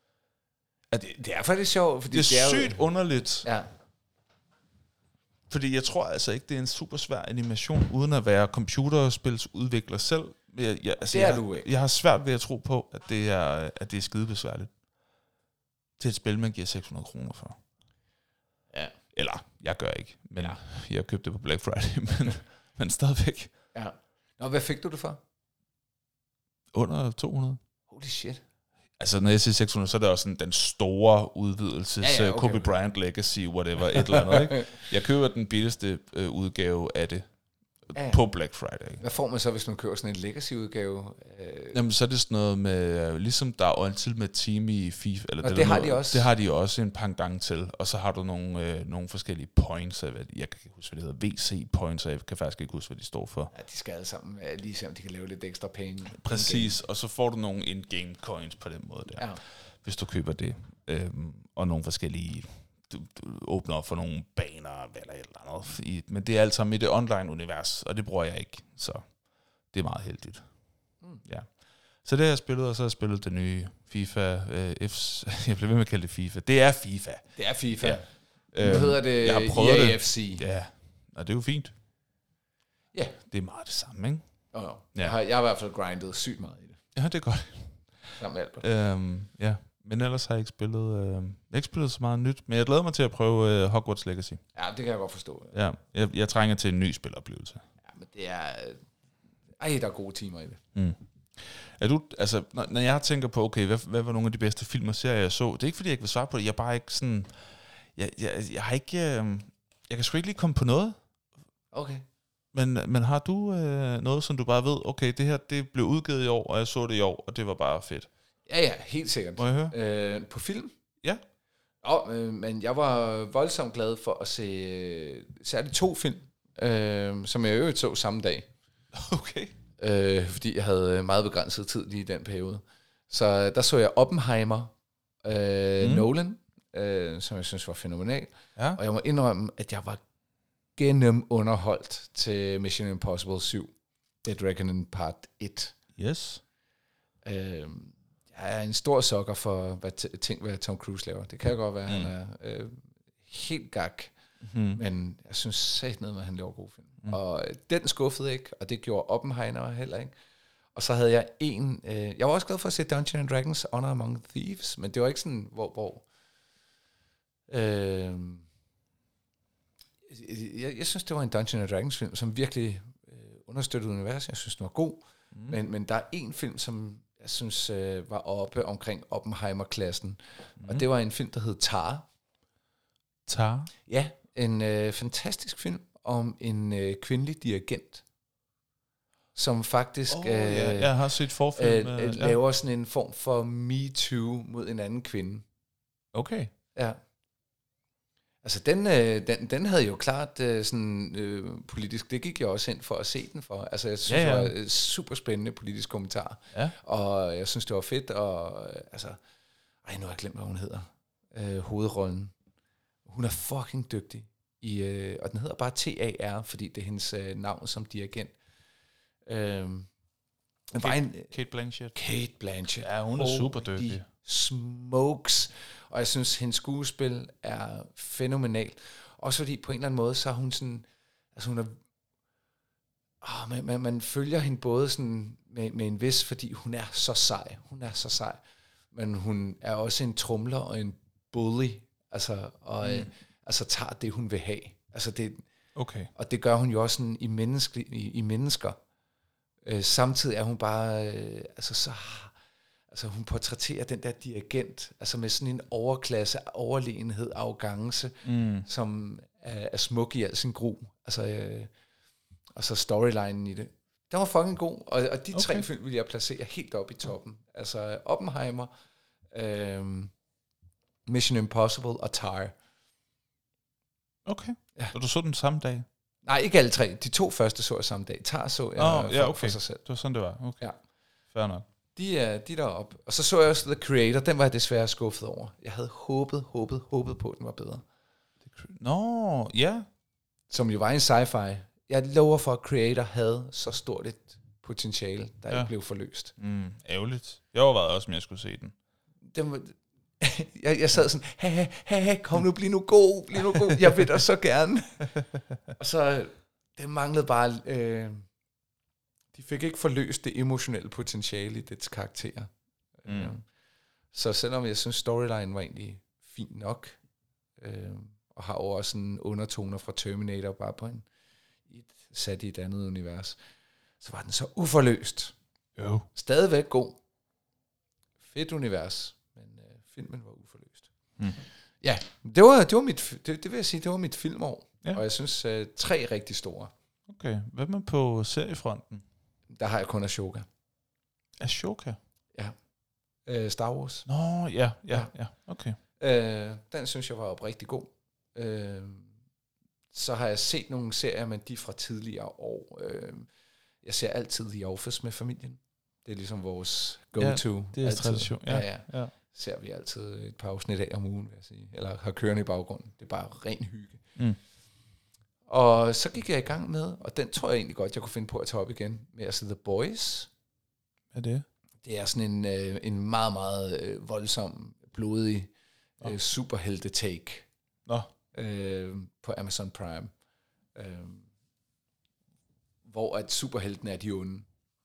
B: Det er faktisk sjovt, fordi
A: det er sygt underligt.
B: Ja.
A: Fordi jeg tror altså ikke, det er en super svær animation, uden at være computerspilsudvikler selv. Jeg har svært ved at tro på, at det er skidebesværligt. til et spil, man giver 600 kroner for.
B: Ja.
A: Eller, jeg gør ikke, men jeg købte det på Black Friday, men stadigvæk.
B: Ja. Nå, hvad fik du det for?
A: Under 200.
B: Holy shit.
A: Altså, når jeg siger 600, så er det også sådan den store udvidelse, okay. Kobe Bryant Legacy, whatever, et eller andet, ikke? Jeg køber den billigste udgave af det på Black Friday.
B: Hvad får man så, hvis man køber sådan en Legacy-udgave?
A: Jamen, så er det sådan noget med, ligesom der er Ultimate Team i FIFA, eller
B: det har de også.
A: Det har de også en pendant til, og så har du nogle forskellige points, jeg kan ikke huske, hvad det hedder, VC points, og jeg kan faktisk ikke huske, hvad de står for.
B: Ja, de skal alle sammen lige se, om de kan lave lidt ekstra penge.
A: Præcis, og så får du nogle in-game coins på den måde der, hvis du køber det, og nogle forskellige... Du åbner op for nogle baner eller et eller andet. Men det er alt sammen i det online-univers, og det bruger jeg ikke, så det er meget heldigt. Ja. Så det har jeg spillet, og så har jeg spillet det nye FIFA. Jeg bliver ved med at kalde det FIFA. Det er FIFA.
B: Det er FIFA. Ja. Hvad hedder det?
A: Jeg har prøvet
B: EAFC.
A: Ja, og det er jo fint.
B: Ja.
A: Det er meget det samme, ikke?
B: Ja. Jeg har i hvert fald grindet sygt meget i det.
A: Ja, det er godt.
B: Sammen med Albert.
A: Ja. Men ellers har jeg ikke spillet så meget nyt. Men jeg glæder mig til at prøve Hogwarts Legacy.
B: Ja, det kan jeg godt forstå.
A: Ja, jeg trænger til en ny spiloplevelse.
B: Ja, men det er... der er gode timer i det.
A: Er du, altså, når jeg tænker på, okay, hvad var nogle af de bedste film og serier, jeg så? Det er ikke, fordi jeg ikke vil svare på det. Jeg er bare ikke sådan... Jeg har ikke... Jeg kan sgu ikke lige komme på noget.
B: Okay.
A: Men har du noget, som du bare ved, okay, det her, det blev udgivet i år, og jeg så det i år, og det var bare fedt?
B: Ja, helt sikkert.
A: Må jeg høre?
B: På film?
A: Ja.
B: Men jeg var voldsomt glad for at se særligt 2 film, som jeg i øvrigt så samme dag.
A: Okay.
B: Fordi jeg havde meget begrænset tid lige i den periode. Så der så jeg Oppenheimer, Nolan, som jeg synes var fænomenal. Ja. Og jeg må indrømme, at jeg var gennemunderholdt til Mission Impossible 7, Dead Reckoning Part 1.
A: Yes.
B: Jeg er en stor sukker for hvad Tom Cruise laver. Det kan godt være, han er helt gak. Men jeg synes satme, at han laver gode film. Og den skuffede ikke, og det gjorde Oppenheimer heller ikke. Og så havde jeg jeg var også glad for at se Dungeons & Dragons Honor Among Thieves, men det var ikke sådan, hvor jeg synes, det var en Dungeons & Dragons film, som virkelig understøttede universet. Jeg synes, den var god. Men der er en film, som jeg synes var oppe omkring Oppenheimer-klassen. Og det var en film, der hed Tar.
A: Tar?
B: Ja, en fantastisk film om en kvindelig dirigent, som faktisk
A: jeg har set forfilm.
B: laver sådan en form for MeToo mod en anden kvinde.
A: Okay.
B: Ja. Altså, den havde jo klart sådan politisk, det gik jeg også ind for at se den for. Altså, jeg synes, det var et super spændende politisk kommentar. Ja. Og jeg synes, det var fedt, og altså... nu har jeg glemt, hvad hun hedder. Hovedrollen. Hun er fucking dygtig. Og den hedder bare TAR, fordi det er hendes navn som dirigent.
A: Cate Blanchett.
B: Cate Blanchett.
A: Ja, hun er super dygtig.
B: Smokes. Og jeg synes, hendes skuespil er fænomenal. Også fordi på en eller anden måde, så er hun sådan... Altså hun er... man følger hende både sådan med en vis, fordi hun er så sej. Hun er så sej. Men hun er også en tromler og en bully. Altså, og altså tager det, hun vil have. Altså det...
A: Okay.
B: Og det gør hun jo også sådan i mennesker. Samtidig er hun bare... Altså hun portrætterer den der dirigent, altså med sådan en overklasse, overlegenhed, arrogance, som er smuk i al sin gru. Altså, og så storylinen i det. Den var fucking god, og de 3 film vil jeg placere helt op i toppen. Altså Oppenheimer, Mission Impossible og Tar.
A: Okay. Ja. Og du så den samme dag?
B: Nej, ikke alle 3. De 2 første så jeg samme dag. Tar så jeg for sig selv.
A: Det var sådan, det var. Okay. Ja. Fair nok.
B: De er deroppe. Og så jeg også The Creator. Den var jeg desværre skuffet over. Jeg havde håbet på, at den var bedre.
A: Ja.
B: Som jo var en sci-fi. Jeg lover for, at Creator havde så stort et potentiale, der ikke blev forløst.
A: Ærgerligt. Jeg overvejede også, om jeg skulle se den.
B: Jeg sad sådan, kom nu, bliv nu god. Jeg vil da så gerne. Og så, det manglede bare... de fik ikke forløst det emotionelle potentiale i dets karakterer. Så selvom jeg synes, storyline var egentlig fint nok, og har jo også sådan undertoner fra Terminator, bare på sat i et andet univers, så var den så uforløst.
A: Jo.
B: Stadigvæk god. Fedt univers, men filmen var uforløst. Ja, det var mit, det vil jeg sige, det var mit filmår. Ja. Og jeg synes, 3 rigtig store.
A: Okay, hvad med på seriefronten?
B: Der har jeg kun Ashoka.
A: Ashoka?
B: Ja. Star Wars.
A: Nå, ja, okay.
B: Den synes jeg var oprigtig god. Så har jeg set nogle serier, men de fra tidligere år. Jeg ser altid The Office med familien. Det er ligesom vores go-to.
A: Ja, det er tradition.
B: Ja. Ser vi altid et par afsnit af om ugen, vil jeg sige. Eller har kørende i baggrunden. Det er bare ren hygge. Og så gik jeg i gang med, og den tror jeg egentlig godt, jeg kunne finde på at tage op igen, med at se The Boys.
A: Hvad er det?
B: Det er sådan en meget, meget voldsom, blodig superhelte-take på Amazon Prime. Hvor at superheltene er de onde.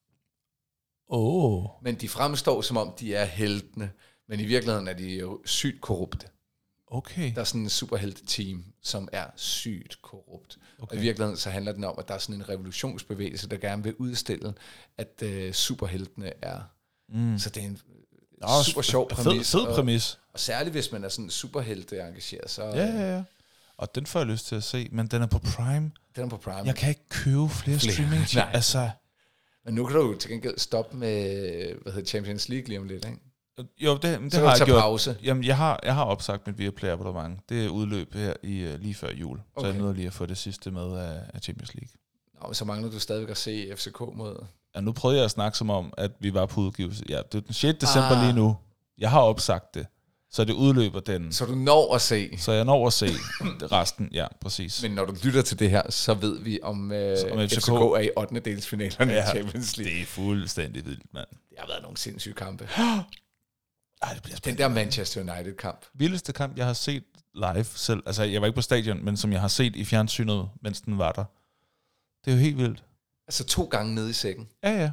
B: Men de fremstår, som om de er heltene, men i virkeligheden er de sygt korrupte.
A: Okay.
B: Der er sådan en superhelte-team, som er sygt korrupt. Okay. Og i virkeligheden så handler det om, at der er sådan en revolutionsbevægelse, der gerne vil udstille, at superheltene er. Så det er en super sjov præmis.
A: Fed præmis.
B: Og særligt, hvis man er sådan superhelte engageret, så...
A: Ja. Og den får jeg lyst til at se, men den er på Prime.
B: Den er på Prime.
A: Jeg kan ikke købe flere streaming. Altså...
B: Men nu kan du til gengæld stoppe med, Champions League lige om lidt, ikke?
A: Jo, det
B: så
A: har jeg gjort.
B: Pause.
A: Jamen, jeg har opsagt mit Viaplay abonnement. Det er udløb her lige før jul. Okay. Så jeg nåede lige at få det sidste med af Champions League.
B: Nå, så mangler du stadigvæk at se FCK mod...
A: Ja, nu prøvede jeg at snakke som om, at vi var på udgivelse. Ja, det er den 6. december lige nu. Jeg har opsagt det. Så det udløber den.
B: Så du når at se.
A: Så jeg når at se resten, ja, præcis.
B: Men når du lytter til det her, så ved vi, om FCK er i 8. delsfinalerne i Champions League.
A: Det er fuldstændig vildt, mand.
B: Det har været nogle sindssyge kampe.
A: Ej, det bliver
B: den der Manchester United-kamp.
A: Vildeste kamp, jeg har set live selv. Altså, jeg var ikke på stadion, men som jeg har set i fjernsynet, mens den var der. Det er jo helt vildt.
B: Altså 2 gange nede i sækken.
A: Ja.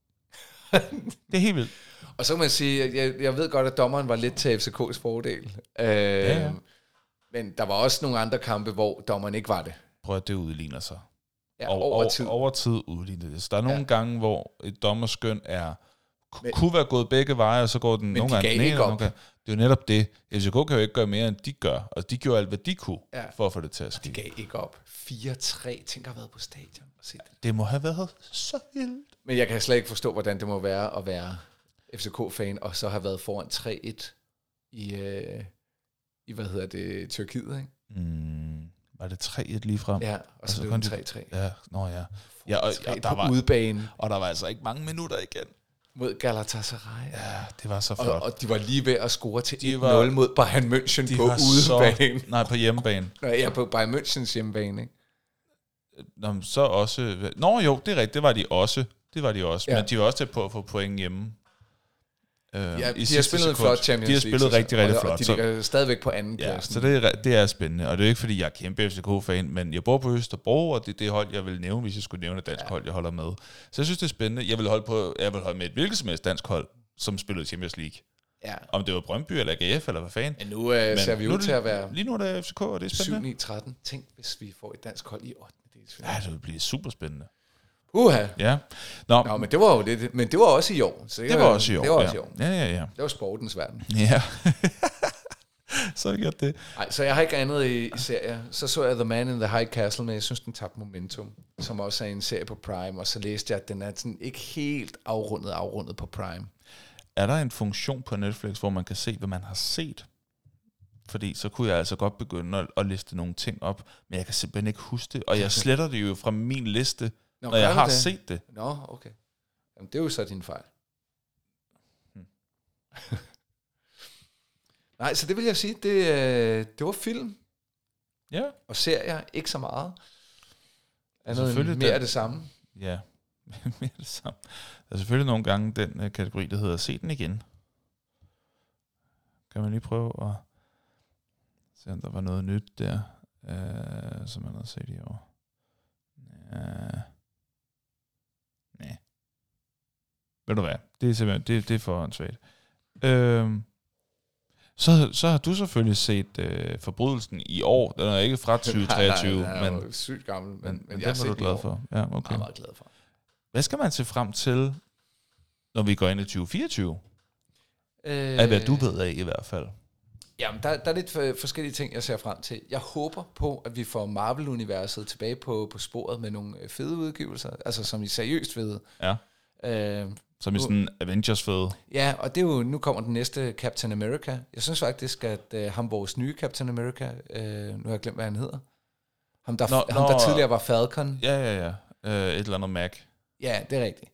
A: Det er helt vildt.
B: Og så kan man sige, at jeg ved godt, at dommeren var lidt til FCK's fordel. Men der var også nogle andre kampe, hvor dommeren ikke var det.
A: Prøv at det udligner sig.
B: Ja, over tid.
A: Over tid udligner det. Så der er nogle gange, hvor et dommerskøn kunne være gået begge veje, og så går den nogle gange ned. Det er jo netop det. FCK kan jo ikke gøre mere, end de gør. Og de gjorde alt, hvad de kunne, for at få det til at ske.
B: Og de gav ikke op. 4-3. Tænk at have været på stadion og set det.
A: Det må have været så vildt.
B: Men jeg kan slet ikke forstå, hvordan det må være at være FCK-fan, og så have været foran 3-1 i Tyrkiet, ikke?
A: Var det 3-1 lige frem?
B: Ja, og så blev det 3-3.
A: Ja, ja. Og
B: der var udebane.
A: Og der var altså ikke mange minutter igen.
B: Mod Galatasaray.
A: Ja, det var så flot.
B: Og de var lige ved at score til 1-0 mod Bayern München på udebane.
A: Nej, på hjemmebane.
B: Ja, på Bayern Münchens hjemmebane, ikke?
A: Nå, så også... Nå jo, det er rigtigt, det var de også. Ja. Men de var også tæt på at få point hjemme.
B: De har spillet en flot Champions League.
A: De har spillet rigtig, rigtig flot.
B: Og de ligger stadigvæk på anden plads.
A: Så det er spændende. Og det er ikke, fordi jeg er kæmpe FCK-fan, men jeg bor på Østerbro, og det er det hold, jeg vil nævne, hvis jeg skulle nævne et dansk hold, jeg holder med. Så jeg synes, det er spændende. Jeg vil holde med et hvilket som helst dansk hold, som spillede Champions League. Ja. Om det var Brøndby eller AGF, eller hvad fanden.
B: Men nu ser vi ud til at være...
A: Lige nu er det FCK, og det er spændende.
B: 7-9-13. Tænk, hvis vi får et dansk hold i 8.
A: Ja, det vil blive super spændende.
B: Ja. Nå, men det var jo det. Men det var også i år. Så
A: det var også i år.
B: Ja. Det var sportens verden.
A: Ja. Så har jeg gjort det.
B: Nej, så jeg har ikke andet i serier. Så jeg The Man in the High Castle, men jeg synes, den tabte momentum, som også er en serie på Prime, og så læste jeg, at den er sådan ikke helt afrundet på Prime.
A: Er der en funktion på Netflix, hvor man kan se, hvad man har set? Fordi så kunne jeg altså godt begynde at liste nogle ting op, men jeg kan simpelthen ikke huske det, og jeg sletter det jo fra min liste, når jeg har set det.
B: Nå, okay. Jamen, det er jo så din fejl. Nej, så det vil jeg sige, det var film.
A: Ja.
B: Og serier, ikke så meget. Mere af det samme.
A: Ja, mere af det samme. Der er selvfølgelig nogle gange den kategori, der hedder Se den igen. Kan man lige prøve at se, om der var noget nyt der, som man havde set i år. Nej. Ved du hvad? Det er simpelthen, det er for åndssvagt. Så har du selvfølgelig set Forbrydelsen i år. Den er ikke fra 2023.
B: nej, den er jo sygt gammel, men jeg
A: den var du glad for. Ja, okay.
B: Jeg er meget glad for.
A: Hvad skal man se frem til, når vi går ind i 2024? Af hvad du ved af i hvert fald.
B: Jamen, der er lidt forskellige ting, jeg ser frem til. Jeg håber på, at vi får Marvel-universet tilbage på sporet med nogle fede udgivelser, altså som i seriøst fede.
A: Ja. Som i sådan Avengers fede.
B: Ja, og det er jo, nu kommer den næste Captain America. Jeg synes faktisk, at ham vores nye Captain America, nu har jeg glemt, hvad han hedder. Ham, der tidligere var Falcon.
A: Ja. Et eller andet Mac.
B: Ja, det er rigtigt.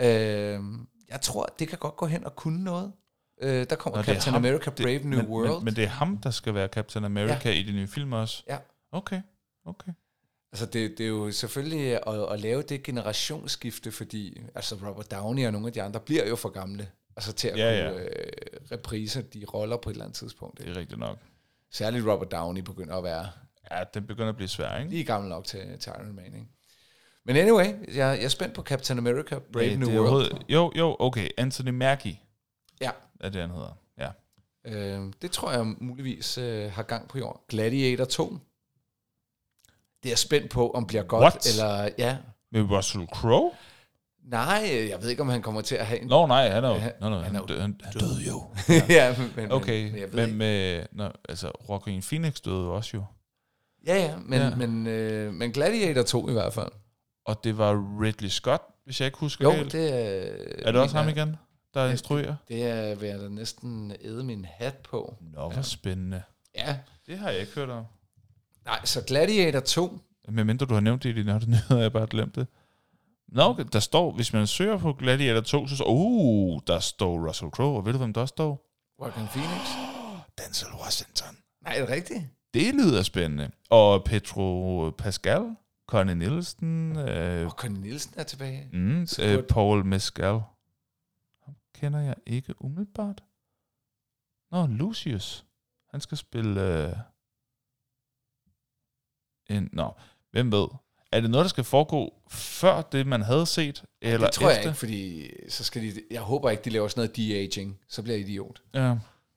B: Jeg tror, det kan godt gå hen og kunne noget. Der kommer Captain America Brave New World.
A: Men det er ham, der skal være Captain America i de nye film også?
B: Ja.
A: Okay.
B: Altså det er jo selvfølgelig at lave det generationsskifte, fordi altså Robert Downey og nogle af de andre bliver jo for gamle, altså til at kunne reprise de roller på et eller andet tidspunkt.
A: Det er rigtigt nok.
B: Særligt Robert Downey begynder at være...
A: Ja, den begynder at blive svær, ikke?
B: Lige gammel nok til Iron Man, ikke? Men anyway, jeg er spændt på Captain America Brave New World.
A: Jo, okay. Anthony Mackie.
B: Ja.
A: Er det, han hedder. Ja.
B: Det tror jeg muligvis har gang på jord. Gladiator 2. Det er jeg spændt på, om bliver godt.
A: What?
B: Eller, ja.
A: Med Russell Crowe?
B: Nej, jeg ved ikke, om han kommer til at have en...
A: Nej, han er jo...
B: Han døde jo.
A: Ja, okay, men altså, Joaquin Phoenix døde jo også jo.
B: Ja, men Gladiator 2 i hvert fald.
A: Og det var Ridley Scott, hvis jeg ikke husker
B: jo,
A: helt.
B: Det
A: er det også ham igen, der instruerer?
B: Det vil jeg da næsten æde min hat på.
A: Nå, hvor spændende.
B: Ja.
A: Det har jeg ikke hørt om.
B: Nej, så Gladiator 2...
A: Medmindre du har nævnt det i dine nyheder, jeg bare glemt det. Nå, der står, hvis man søger på Gladiator 2, så der står Russell Crowe, og ved du, hvem der står?
B: Joaquin Phoenix.
A: Denzel Washington.
B: Nej, er det rigtigt?
A: Det lyder spændende. Og Pedro Pascal, Connie Nielsen.
B: Connie Nielsen er tilbage.
A: Paul Mescal. Ham kender jeg ikke umiddelbart. Lucius. Han skal spille... hvem ved? Er det noget, der skal foregå før det, man havde set? Eller
B: det tror
A: efter?
B: Jeg ikke, fordi så skal jeg håber ikke, de laver sådan noget de-aging. Så bliver jeg idiot.
A: Ja.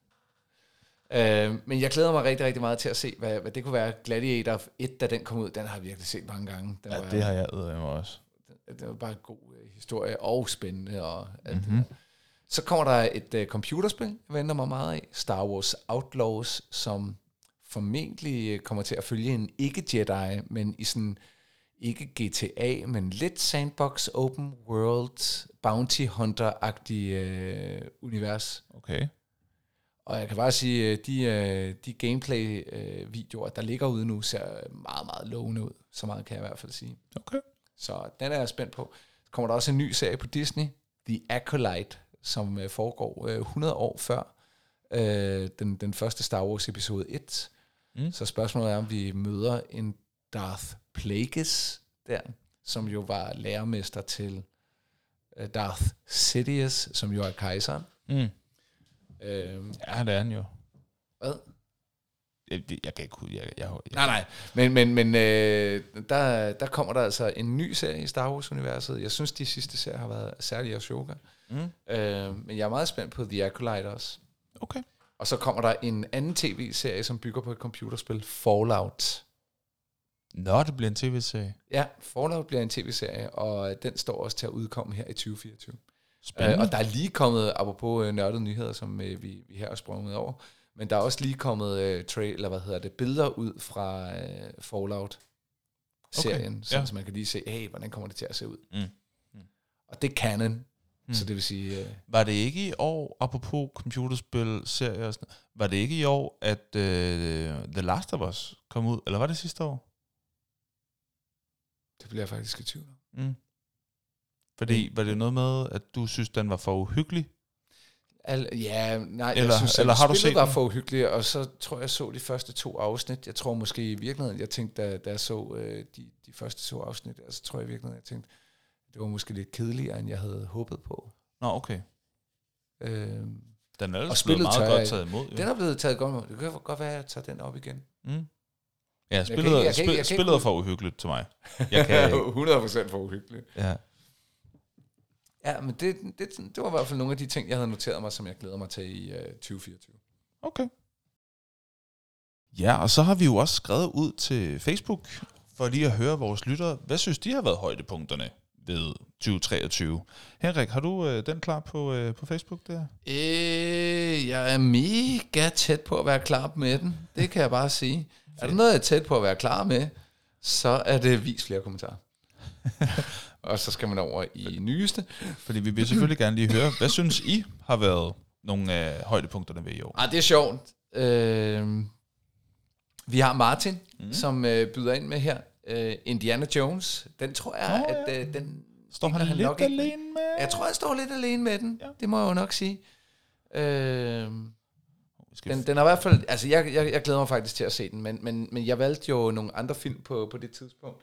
B: Men jeg glæder mig rigtig, rigtig meget til at se, hvad det kunne være. Gladiator 1, da den kom ud, den har jeg virkelig set mange gange.
A: Det har jeg også.
B: Det var bare en god historie, og spændende. Og alt det. Så kommer der et computerspil, jeg venter mig meget af. Star Wars Outlaws, som formentlig kommer til at følge en ikke-Jedi, men i sådan ikke GTA, men lidt sandbox, open world, bounty hunter-agtig univers.
A: Okay.
B: Og jeg kan bare sige, de gameplay-videoer, der ligger ude nu, ser meget, meget lovende ud. Så meget kan jeg i hvert fald sige.
A: Okay.
B: Så den er jeg spændt på. Så kommer der også en ny serie på Disney, The Acolyte, som foregår 100 år før den første Star Wars episode 1. Så spørgsmålet er, om vi møder en Darth Plagueis der, som jo var lærermester til Darth Sidious, som jo er kejseren.
A: Ja, det er han jo.
B: Hvad?
A: Jeg kan ikke huske.
B: Nej. Men der kommer der altså en ny serie i Star Wars-universet. Jeg synes, de sidste serier har været særlig Ashoka. Men jeg er meget spændt på The Acolyte også.
A: Okay.
B: Og så kommer der en anden tv-serie, som bygger på et computerspil, Fallout.
A: Det bliver en tv-serie?
B: Ja, Fallout bliver en tv-serie, og den står også til at udkomme her i 2024.
A: Spændende.
B: Og der er lige kommet, apropos nørdede nyheder, som vi her har sprunget over, men der er også lige kommet billeder ud fra Fallout-serien, så man kan lige se, hey, hvordan kommer det til at se ud. Og det er canon, så det vil sige...
A: Var det ikke i år, apropos computerspil, serier og sådan noget, var det ikke i år, at The Last of Us kom ud, eller var det sidste år?
B: Det bliver jeg faktisk i tvivl om.
A: Fordi, var det noget med, at du synes, den var for uhyggelig?
B: Jeg synes, at
A: har du
B: spillet
A: set
B: var
A: den?
B: for uhyggeligt, og så tror jeg så de første 2 afsnit. Jeg tror måske i virkeligheden, jeg tænkte, da jeg så de første 2 afsnit, så tror jeg i virkeligheden, jeg tænkte, det var måske lidt kedeligere, end jeg havde håbet på.
A: Okay. Den er ellers
B: blevet
A: meget godt taget imod. Jo.
B: Den er blevet taget godt imod. Det kan godt være, at jeg tager den op igen.
A: Ja, spillet er for uhyggeligt til mig. Jeg kan
B: 100% for uhyggeligt.
A: Ja.
B: Ja, men det var i hvert fald nogle af de ting, jeg havde noteret mig, som jeg glæder mig til i 2024.
A: Okay. Ja, og så har vi jo også skrevet ud til Facebook, for lige at høre vores lyttere. Hvad synes de har været højdepunkterne ved 2023? Henrik, har du den klar på Facebook der?
B: Jeg er mega tæt på at være klar med den. Det kan jeg bare sige. Er der noget, jeg er tæt på at være klar med, så er det vis flere kommentarer. Og så skal man over i nyeste.
A: Fordi vi vil selvfølgelig gerne lige høre, hvad synes I har været nogle af højdepunkterne ved i år?
B: Det er sjovt. Vi har Martin, som byder ind med her. Indiana Jones. Den tror jeg, at den...
A: Står han lidt
B: nok
A: alene med?
B: Jeg tror, jeg står lidt alene med den. Ja. Det må jeg jo nok sige. Den er i hvert fald... Altså, jeg glæder mig faktisk til at se den, men jeg valgte jo nogle andre film på det tidspunkt.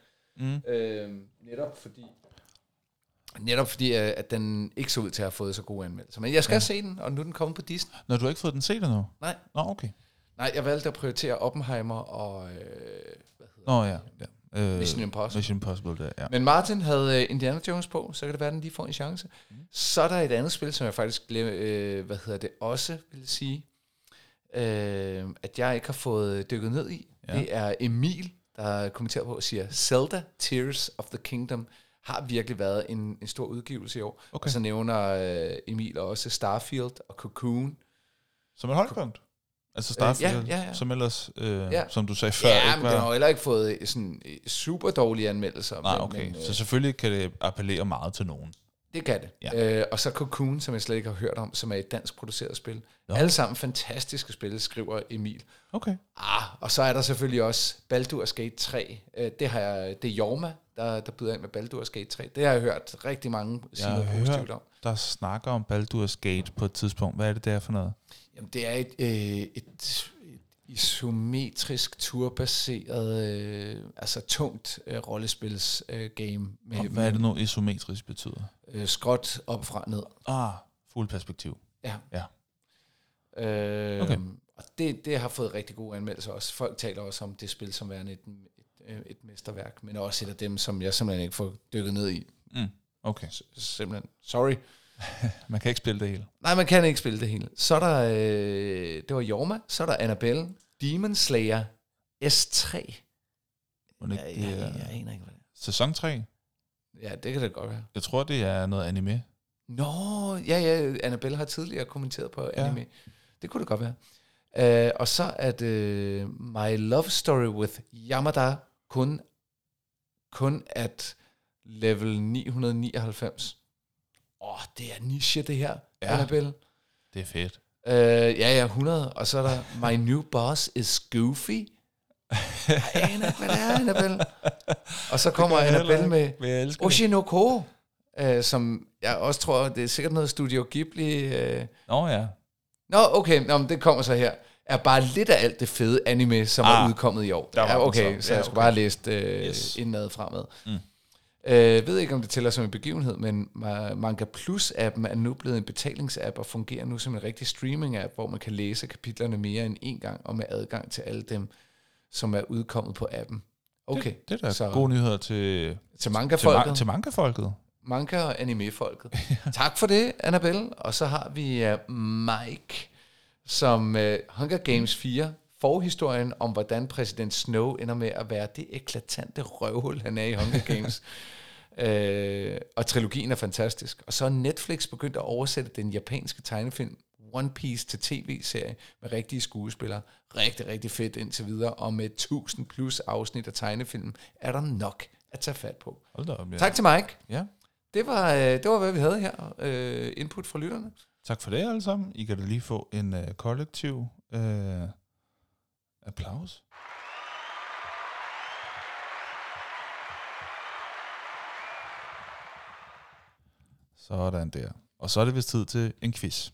B: Netop fordi, at den ikke så ud til at have fået så gode anmeldelser. Men jeg skal se den, og nu er den kommet på Disney.
A: Nå, du har ikke fået den set endnu?
B: Nej.
A: Nå, okay.
B: Nej, jeg valgte at prioritere Oppenheimer og... Mission Impossible.
A: Mission Impossible, der, ja.
B: Men Martin havde Indiana Jones på, så kan det være, at den lige får en chance. Så er der et andet spil, som jeg faktisk også vil sige, at jeg ikke har fået dykket ned i. Ja. Det er Emil, der kommenterer på og siger, Zelda Tears of the Kingdom har virkelig været en stor udgivelse i år. Okay. Og så nævner Emil også Starfield og Cocoon.
A: Som et højdepunkt? Altså Starfield,
B: ja.
A: som ellers, som du sagde før.
B: Ja, men den har heller ikke fået sådan super dårlige anmeldelser.
A: Nej, okay. Så selvfølgelig kan det appellere meget til nogen.
B: Det kan det. Ja. Og så Cocoon, som jeg slet ikke har hørt om, som er et dansk produceret spil. Jo. Alle sammen fantastiske spil, skriver Emil.
A: Okay.
B: Og så er der selvfølgelig også Baldur's Gate 3. Det er Jorma, der byder ind med Baldur's Gate 3. Det har jeg hørt rigtig mange sige noget positivt om.
A: Der snakker om Baldur's Gate på et tidspunkt. Hvad er det der for noget?
B: Jamen, det er et isometrisk turbaseret, altså tungt rollespils-game.
A: Hvad er det nu isometrisk betyder?
B: Skråt op fra ned.
A: Fuld perspektiv.
B: Ja.
A: Okay.
B: Og det har fået rigtig gode anmeldelser også. Folk taler også om det spil som værende et mesterværk, men også et af dem, som jeg simpelthen ikke får dykket ned i.
A: Okay.
B: Simpelthen. Sorry.
A: Man kan ikke spille det hele.
B: Nej, man kan ikke spille det hele. Så er der, det var Jorma, så er der Annabelle, Demon Slayer S3. Jeg aner ikke, hvad det er.
A: Sæson 3?
B: Ja, det kan det godt være.
A: Jeg tror, det er noget anime.
B: Nå, ja, Annabelle har tidligere kommenteret på anime. Det kunne det godt være. Og så er det My Love Story with Yamada kun at level 999. Det er niche, det her, Annabelle.
A: Det er fedt.
B: 100. Og så er der My New Boss is Goofy. Jeg aner ikke, hvad det er, Annabelle. Og så kommer Annabelle med Oshinoko, som jeg også tror, det er sikkert noget Studio Ghibli. Nå, okay, men det kommer så her. Er bare lidt af alt det fede anime, som er udkommet i år. Okay, så jeg skulle bare have læst indad fremad. Ved ikke, om det tæller som en begivenhed, men Manga Plus-appen er nu blevet en betalingsapp og fungerer nu som en rigtig streaming-app, hvor man kan læse kapitlerne mere end en gang, og med adgang til alle dem, som er udkommet på appen. Okay.
A: Det er da gode nyheder til
B: manga-folket.
A: Til manga-folket.
B: Manga- og anime-folket. Tak for det, Annabelle. Og så har vi Mike, som Hunger Games 4, forhistorien om, hvordan præsident Snow ender med at være det eklatante røvhul, han er i Hunger Games. Og trilogien er fantastisk. Og så er Netflix begyndt at oversætte den japanske tegnefilm One Piece til tv-serie med rigtige skuespillere. Rigtig, rigtig fedt indtil videre. Og med 1000 plus afsnit af tegnefilmen er der nok at tage fat på.
A: Hold da op, ja.
B: Tak til Mike.
A: Ja.
B: Det var, hvad vi havde her. Input fra lytterne.
A: Tak for det alle sammen. I kan da lige få en kollektiv applaus. Sådan der. Og så er det vist tid til en quiz.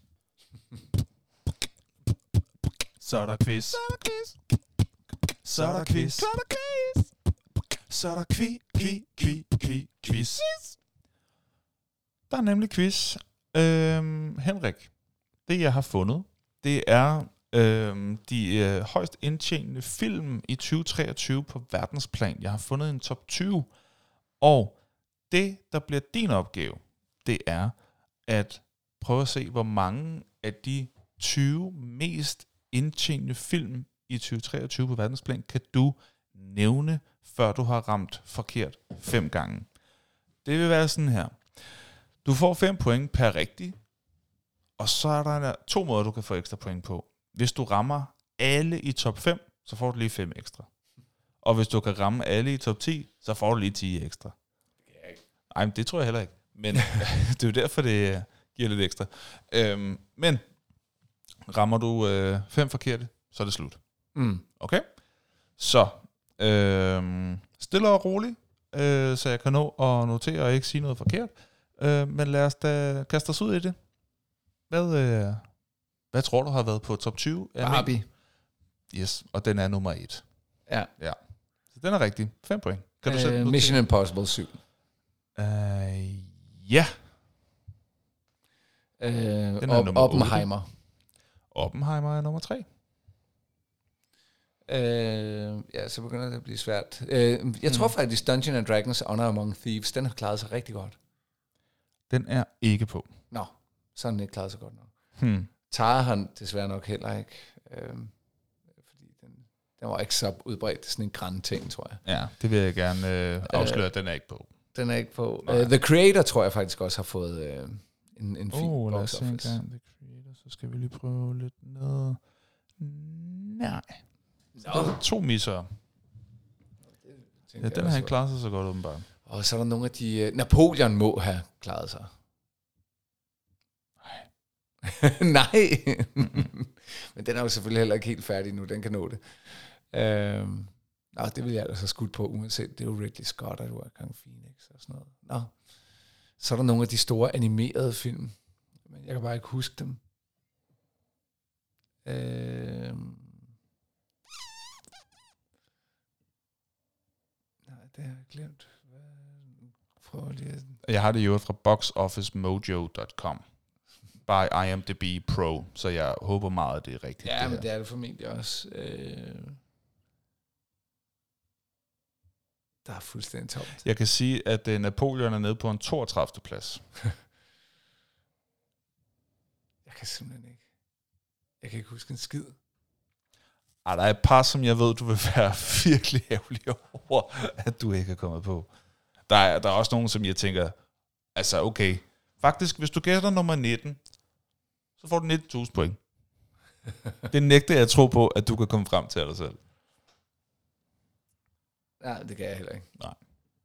A: Så er der quiz. Så er der quiz. Så er der quiz. Så er der quiz. Så er der quiz. Der er nemlig quiz. Henrik, det jeg har fundet, det er de højst indtjenende film i 2023 på verdensplan. Jeg har fundet en top 20, og det, der bliver din opgave, det er at prøve at se, hvor mange af de 20 mest indtjenende film i 2023 på verdensplan kan du nævne, før du har ramt forkert 5 gange? Det vil være sådan her. Du får 5 point per rigtig, og så er der 2 måder, du kan få ekstra point på. Hvis du rammer alle i top 5, så får du lige 5 ekstra. Og hvis du kan ramme alle i top 10, så får du lige 10 ekstra. Ej, men det tror jeg heller ikke. Men det er jo derfor, det giver lidt ekstra. Men rammer du 5 forkerte, så er det slut. Okay? Så stille og roligt, så jeg kan nå at notere og ikke sige noget forkert. Men lad os da kaste os ud i det. Hvad tror du har været på top 20?
B: Barbie.
A: Yes, og den er nummer 1.
B: Ja.
A: Så den er rigtig. 5 point. Kan du sætte
B: Mission Impossible 7.
A: Ja.
B: Oppenheimer.
A: Oppenheimer er nummer 3.
B: Ja, så begynder det at blive svært. Jeg tror faktisk, Dungeons and Dragons Honor Among Thieves, den har klaret sig rigtig godt.
A: Den er ikke på.
B: Nå, så har den ikke klaret sig godt nok. Tara har desværre nok heller ikke, fordi den var ikke så udbredt. Sådan en græn ting, tror jeg.
A: Ja, det vil jeg gerne afsløre, at den er ikke på.
B: Den er ikke på. The Creator tror jeg faktisk også har fået en fin box office.
A: The Creator, så skal vi lige prøve lidt noget. Nej. Så der er 2 misser. Ja, den har ikke klaret sig så godt, åbenbart.
B: Og så er der nogle af de... Napoleon må have klaret sig. Nej. Men den er jo selvfølgelig heller ikke helt færdig nu. Den kan nå det. Det vil jeg altså skudt på, uanset. Det er jo Ridley Scott, og du er gang Phoenix og sådan noget. Så er der nogle af de store animerede film. Men jeg kan bare ikke huske dem. Det har jeg glemt. Prøv lige.
A: Jeg har det jo fra boxofficemojo.com by IMDb Pro, så jeg håber meget, at det er rigtigt.
B: Ja, men det er det formentlig også. Der er fuldstændig tomt.
A: Jeg kan sige, at Napoleon er nede på en 32. plads.
B: Jeg kan simpelthen ikke. Jeg kan ikke huske en skid.
A: Der er et par, som jeg ved, du vil være virkelig ærgerlig over, at du ikke er kommet på. Der er også nogen, som jeg tænker, altså okay, faktisk, hvis du gætter nummer 19, så får du 19.000 point. Det nægter jeg at tro på, at du kan komme frem til dig selv.
B: Ja, det kan jeg heller ikke.
A: Nej.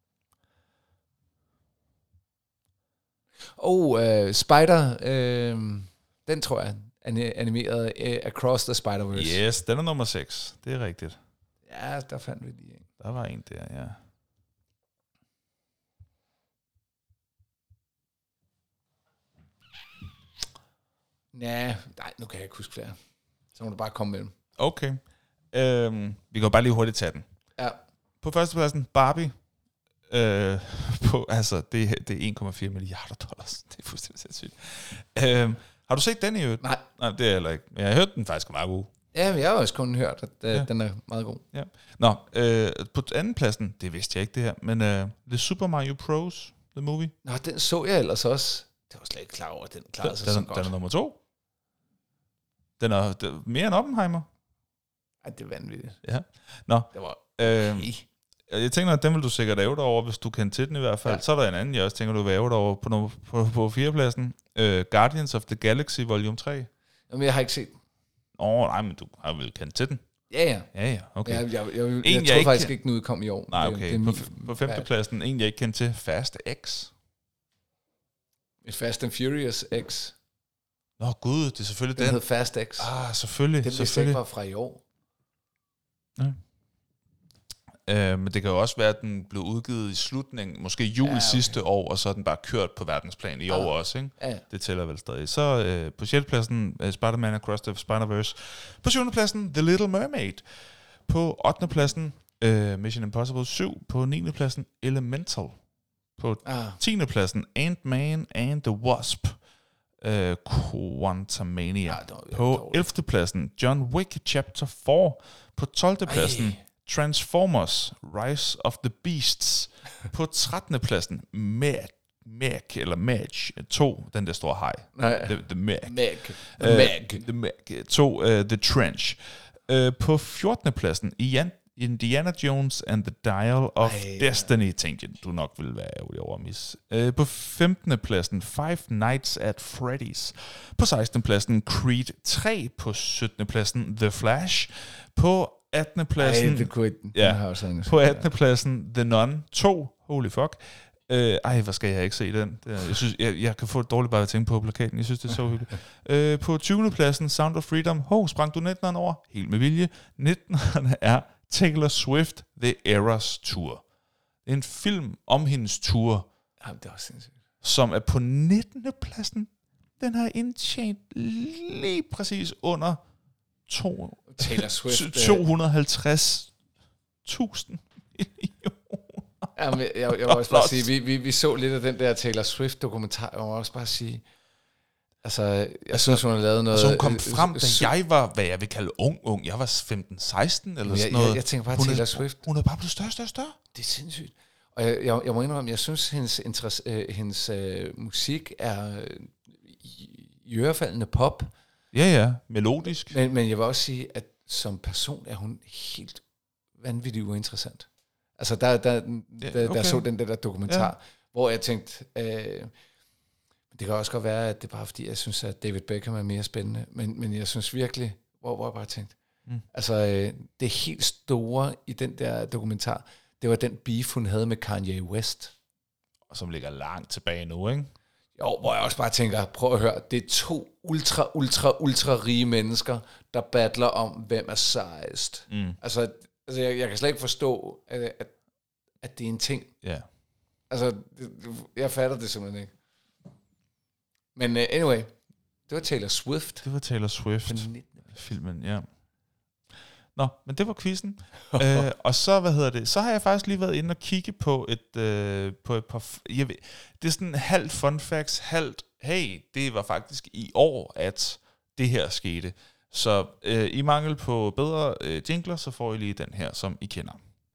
B: Spider, den tror jeg, animeret Across the Spider-Verse.
A: Yes, den er nummer 6. Det er rigtigt.
B: Ja, der fandt vi lige en.
A: Der var en der, ja.
B: Nej, nu kan jeg ikke huske flere. Så må du bare komme med dem.
A: Okay. Vi kan bare lige hurtigt tage den.
B: Ja.
A: På førstepladsen, Barbie. Det er 1,4 milliarder dollars. Det er fuldstændig sindssygt. Har du set den i øvrigt?
B: Nej, det
A: er heller ikke. Jeg har hørt den faktisk meget god.
B: Ja, men jeg har også kun hørt, at den er meget god.
A: Ja. Nå, på anden pladsen, det vidste jeg ikke det her, men The Super Mario Bros. The Movie.
B: Nå, den så jeg ellers også. Det var slet ikke klar over, at den klarede sig så godt.
A: Den er nummer 2. Den er mere end Oppenheimer.
B: Ej, det er vanvittigt.
A: Ja. Nå.
B: Det var okay.
A: Jeg tænker, at den vil du sikkert æve dig over, hvis du kan til den i hvert fald. Ja. Så er der en anden, jeg også tænker, du vil æve dig over på 4. pladsen. Guardians of the Galaxy Volume 3.
B: Jamen, jeg har ikke set den.
A: Nej, men du har vel kendt til den?
B: Ja,
A: okay.
B: Jeg tror faktisk ikke, den udkom i år.
A: Nej, okay. På 5. pladsen, en jeg ikke kendte til, Fast X.
B: Fast and Furious X.
A: Nå gud, det er selvfølgelig den.
B: Den hedder Fast X.
A: Selvfølgelig.
B: Den vidste ikke var fra i år.
A: Ja. Men det kan jo også være, at den blev udgivet i slutningen, måske jul sidste år, og så er den bare kørt på verdensplan i år også. Ikke?
B: Ja.
A: Det tæller vel stadig. Så på 6. pladsen, Spider-Man Across the Spider-Verse. På 7. pladsen, The Little Mermaid. På 8. pladsen, Mission Impossible 7. På 9. pladsen, Elemental. På 10. pladsen, Ant-Man and the Wasp. Quantumania. På 11. pladsen, John Wick Chapter 4. På 12. pladsen, Transformers, Rise of the Beasts. På 13. pladsen, Meg, eller Meg 2, den der store hej.
B: Nej.
A: The Meg.
B: The Meg.
A: 2, The Trench. På 14. pladsen, Indiana Jones and the Dial of Destiny, tænkte jeg, du nok ville være ærgerlig over at miss. På 15. pladsen, Five Nights at Freddy's. På 16. pladsen, Creed 3. På 17. pladsen, The Flash. På 18. pladsen, på 18. pladsen, The Nun 2. Holy fuck. Hvor skal jeg ikke se den? Jeg synes, jeg kan få et dårligt bare at tænke på plakaten. Jeg synes, det er så hyggeligt. På 20. pladsen, Sound of Freedom. Sprang du 19'eren over? Helt med vilje. 19'erne er Taylor Swift, The Eras Tour. Det er en film om hendes tour.
B: Jamen, det er også sindssygt.
A: Som er på 19. pladsen. Den har indtjent lige præcis under
B: Taylor Swift
A: 250.000 millioner.
B: Jamen, jeg vil også bare sige, vi så lidt af den der Taylor Swift-dokumentar, og jeg må også bare sige, altså, jeg synes, hun har lavet noget...
A: Altså, hun kom frem, da jeg var, hvad jeg vil kalde ung. Jeg var 15-16 eller sådan noget.
B: Jeg tænker bare, Taylor Swift...
A: Hun er bare blevet større og større.
B: Det er sindssygt. Og jeg må indrømme, jeg synes, hendes musik er i ørefaldende pop.
A: Ja, melodisk.
B: Men jeg vil også sige, at som person er hun helt vanvittigt uinteressant. Altså, der så den der dokumentar, hvor jeg tænkte... det kan også godt være, at det er bare fordi, jeg synes, at David Beckham er mere spændende. Men jeg synes virkelig, hvor jeg bare tænkte... Altså, det helt store i den der dokumentar, det var den beef, hun havde med Kanye West.
A: Og som ligger langt tilbage nu, ikke?
B: Jo, hvor jeg også bare tænker, prøv at høre, det er 2 ultra rige mennesker, der battler om, hvem er sejest. Altså jeg kan slet ikke forstå, at det er en ting.
A: Ja.
B: Altså, jeg fatter det simpelthen ikke. Men anyway, det var Taylor Swift.
A: Det var Taylor Swift. Filmen, ja. Nå, men det var quizzen. Og så, så har jeg faktisk lige været inde og kigge på et par... det er sådan halvt fun facts, halvt... Hey, det var faktisk i år, at det her skete. Så i mangel på bedre jingler, så får I lige den her, som I kender.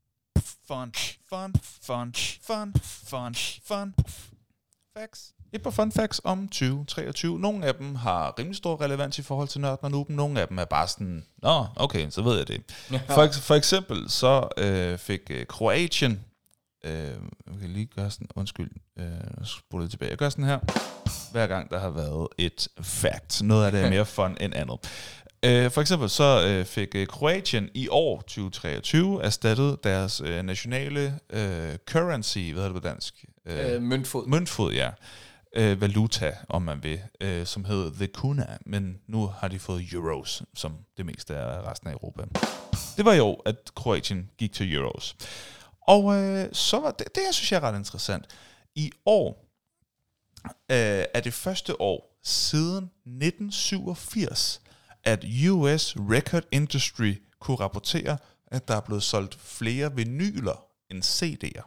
A: Fun facts. Et par fun facts om 2023. Nogle af dem har rimelig stor relevans i forhold til Nørden og Nuben. Nogle af dem er bare sådan, nå, okay, så ved jeg det. For eksempel så fik Kroatien, jeg kan lige gøre sådan, spole tilbage. Jeg gør sådan her, hver gang der har været et fact. Noget af det er mere fun end andet. For eksempel så fik Kroatien i år 2023 erstattet deres nationale currency, hvad hedder det på dansk? Møntfod, ja. Valuta, om man vil, som hed The Kuna, men nu har de fået euros, som det meste af resten af Europa. Det var i år, at Kroatien gik til euros. Og så var det jeg synes jeg er ret interessant. I år er det første år siden 1987, at US Record Industry kunne rapportere, at der er blevet solgt flere vinyler end CD'er.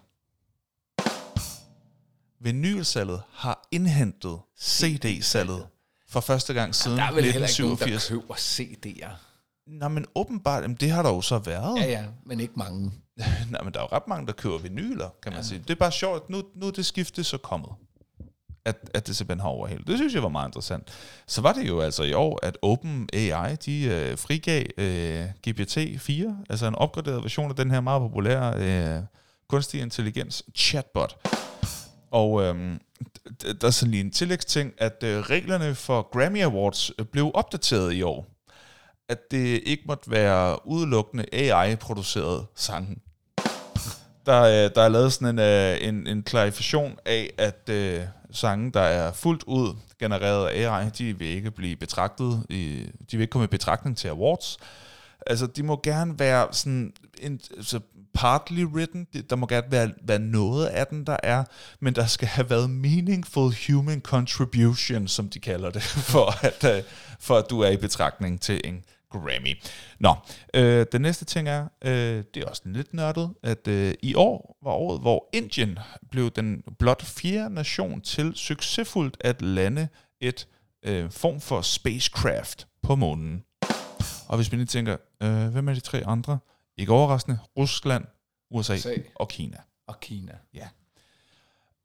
A: Vinylsalget har indhentet CD-salget for første gang siden 1987.
B: Der er vel heller ikke nogen, der køber CD'er.
A: Nå, men åbenbart, det har der jo så været.
B: Ja, men ikke mange.
A: Nej, men der er jo ret mange, der køber vinyler, kan man sige. Det er bare sjovt, nu er det skifte så kommet, at det simpelthen har overhældt. Det synes jeg var meget interessant. Så var det jo altså i år, at OpenAI, de frigav GPT-4, altså en opgraderet version af den her meget populære kunstig intelligens chatbot. Og der er så lige en tillægsting, at reglerne for Grammy Awards blev opdateret i år. At det ikke måtte være udelukkende AI-produceret sange. Der er lavet sådan en klarifikation af, at sange, der er fuldt ud genereret af AI, de vil ikke blive betragtet, de vil ikke komme i betragtning til awards. Altså, de må gerne være sådan partly written, der må gerne være noget af den, der er, men der skal have været meaningful human contribution, som de kalder det, for at du er i betragtning til en Grammy. Nå, den næste ting er, det er også lidt nørdet, at i år var året, hvor Indien blev den blot 4. nation til succesfuldt at lande et form for spacecraft på månen. Og hvis man lige tænker, hvem er de 3 andre? Ikke overraskende, Rusland, USA og Kina.
B: Og Kina.
A: Ja.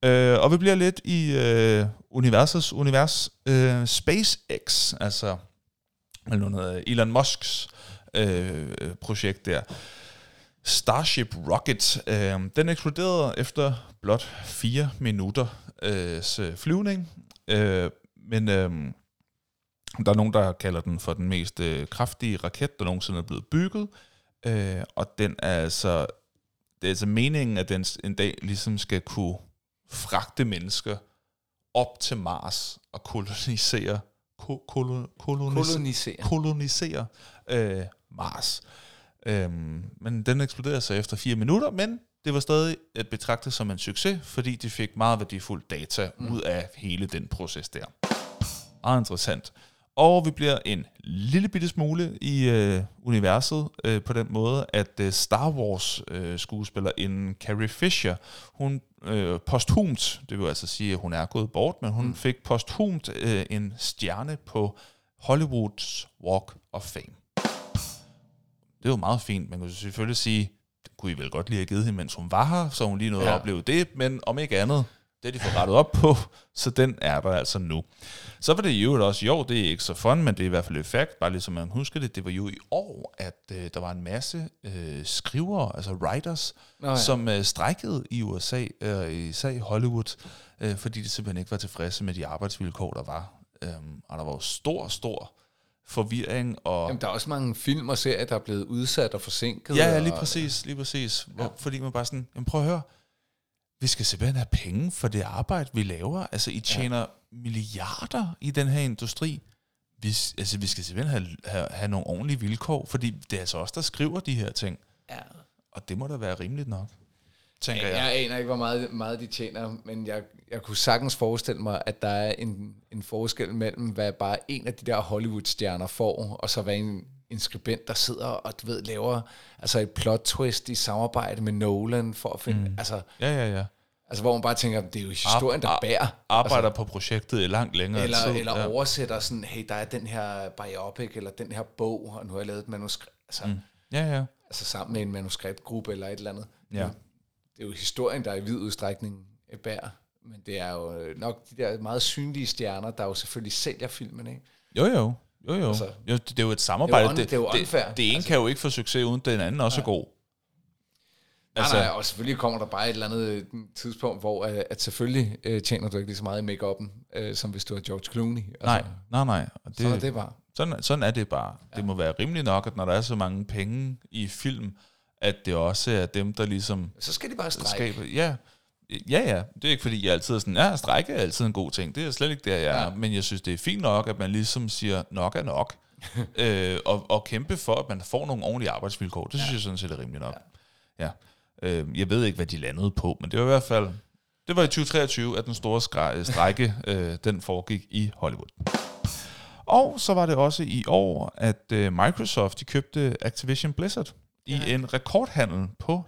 A: Og vi bliver lidt i universets univers. SpaceX, altså noget Elon Musks projekt der. Starship Rocket, den eksploderede efter blot 4 minutter flyvning. Men der er nogen, der kalder den for den mest kraftige raket, der nogensinde er blevet bygget. Og den er altså, det er altså meningen, at den en dag ligesom skal kunne fragte mennesker op til Mars og kolonisere Mars. Men den eksploderede så efter 4 minutter, men det var stadig at betragte som en succes, fordi de fik meget værdifuld data ud af hele den proces der. Meget interessant. Og vi bliver en lille bitte smule i universet på den måde, at Star Wars skuespillerinden Carrie Fisher, hun posthumt, det vil altså sige, at hun er gået bort, men hun fik posthumt en stjerne på Hollywoods Walk of Fame. Det var meget fint. Man kunne selvfølgelig sige, det kunne I vel godt lige have givet hende, mens hun var her, så hun lige nåede at opleve det, men om ikke andet, det de får rettet op på, så den er der altså nu. Så var det jo også i år, det er ikke så fun, men det er i hvert fald et fact, bare ligesom man husker det, det var jo i år, at der var en masse skrivere, altså writers, som strejkede i USA, især i Hollywood, fordi de simpelthen ikke var tilfredse med de arbejdsvilkår, der var. Og der var jo stor forvirring. Og
B: jamen, der er også mange film og serier, der er blevet udsat og forsinket.
A: Ja, lige præcis. Fordi man bare sådan, jamen prøv at høre, vi skal simpelthen have penge for det arbejde, vi laver. Altså, I tjener milliarder i den her industri. Vi skal simpelthen have nogle ordentlige vilkår, fordi det er altså os, der skriver de her ting. Ja. Og det må da være rimeligt nok, tænker jeg.
B: Jeg aner ikke, hvor meget de tjener, men jeg kunne sagtens forestille mig, at der er en forskel mellem, hvad bare en af de der Hollywood-stjerner får, og så hvad en skribent, der sidder og du ved, laver altså et plot twist i samarbejde med Nolan for at finde
A: Ja.
B: Altså hvor man bare tænker, det er jo historien, der bærer.
A: Arbejder på projektet i langt længere tid.
B: Eller oversætter sådan, hey, der er den her biopic, eller den her bog, og nu har jeg lavet et manuskript. Altså, altså sammen med en manuskriptgruppe eller et eller andet. Ja. Det er jo historien, der i vid udstrækning bærer. Men det er jo nok de der meget synlige stjerner, der jo selvfølgelig sælger filmen, ikke?
A: Jo. Altså, det er jo et samarbejde.
B: Det er jo unfair.
A: Det ene kan jo ikke få succes, uden den anden også er god.
B: Altså, nej, og selvfølgelig kommer der bare et eller andet tidspunkt, hvor at selvfølgelig tjener du ikke lige så meget i make-up'en, som hvis du har George Clooney. Altså,
A: nej. Og
B: sådan er det bare.
A: Sådan er det bare. Ja. Det må være rimeligt nok, at når der er så mange penge i film, at det også er dem, der ligesom...
B: Så skal de bare strejke.
A: Ja. Det er ikke fordi, jeg altid er sådan, strejke er altid en god ting. Det er slet ikke der, jeg er. Men jeg synes, det er fint nok, at man ligesom siger, nok er nok. og kæmpe for, at man får nogle ordentlige arbejdsvilkår. Det synes jeg sådan set er rimeligt nok. Ja. Jeg ved ikke, hvad de landede på, men det var i hvert fald... Det var i 2023, at den store strejke, den foregik i Hollywood. Og så var det også i år, at Microsoft de købte Activision Blizzard i en rekordhandel på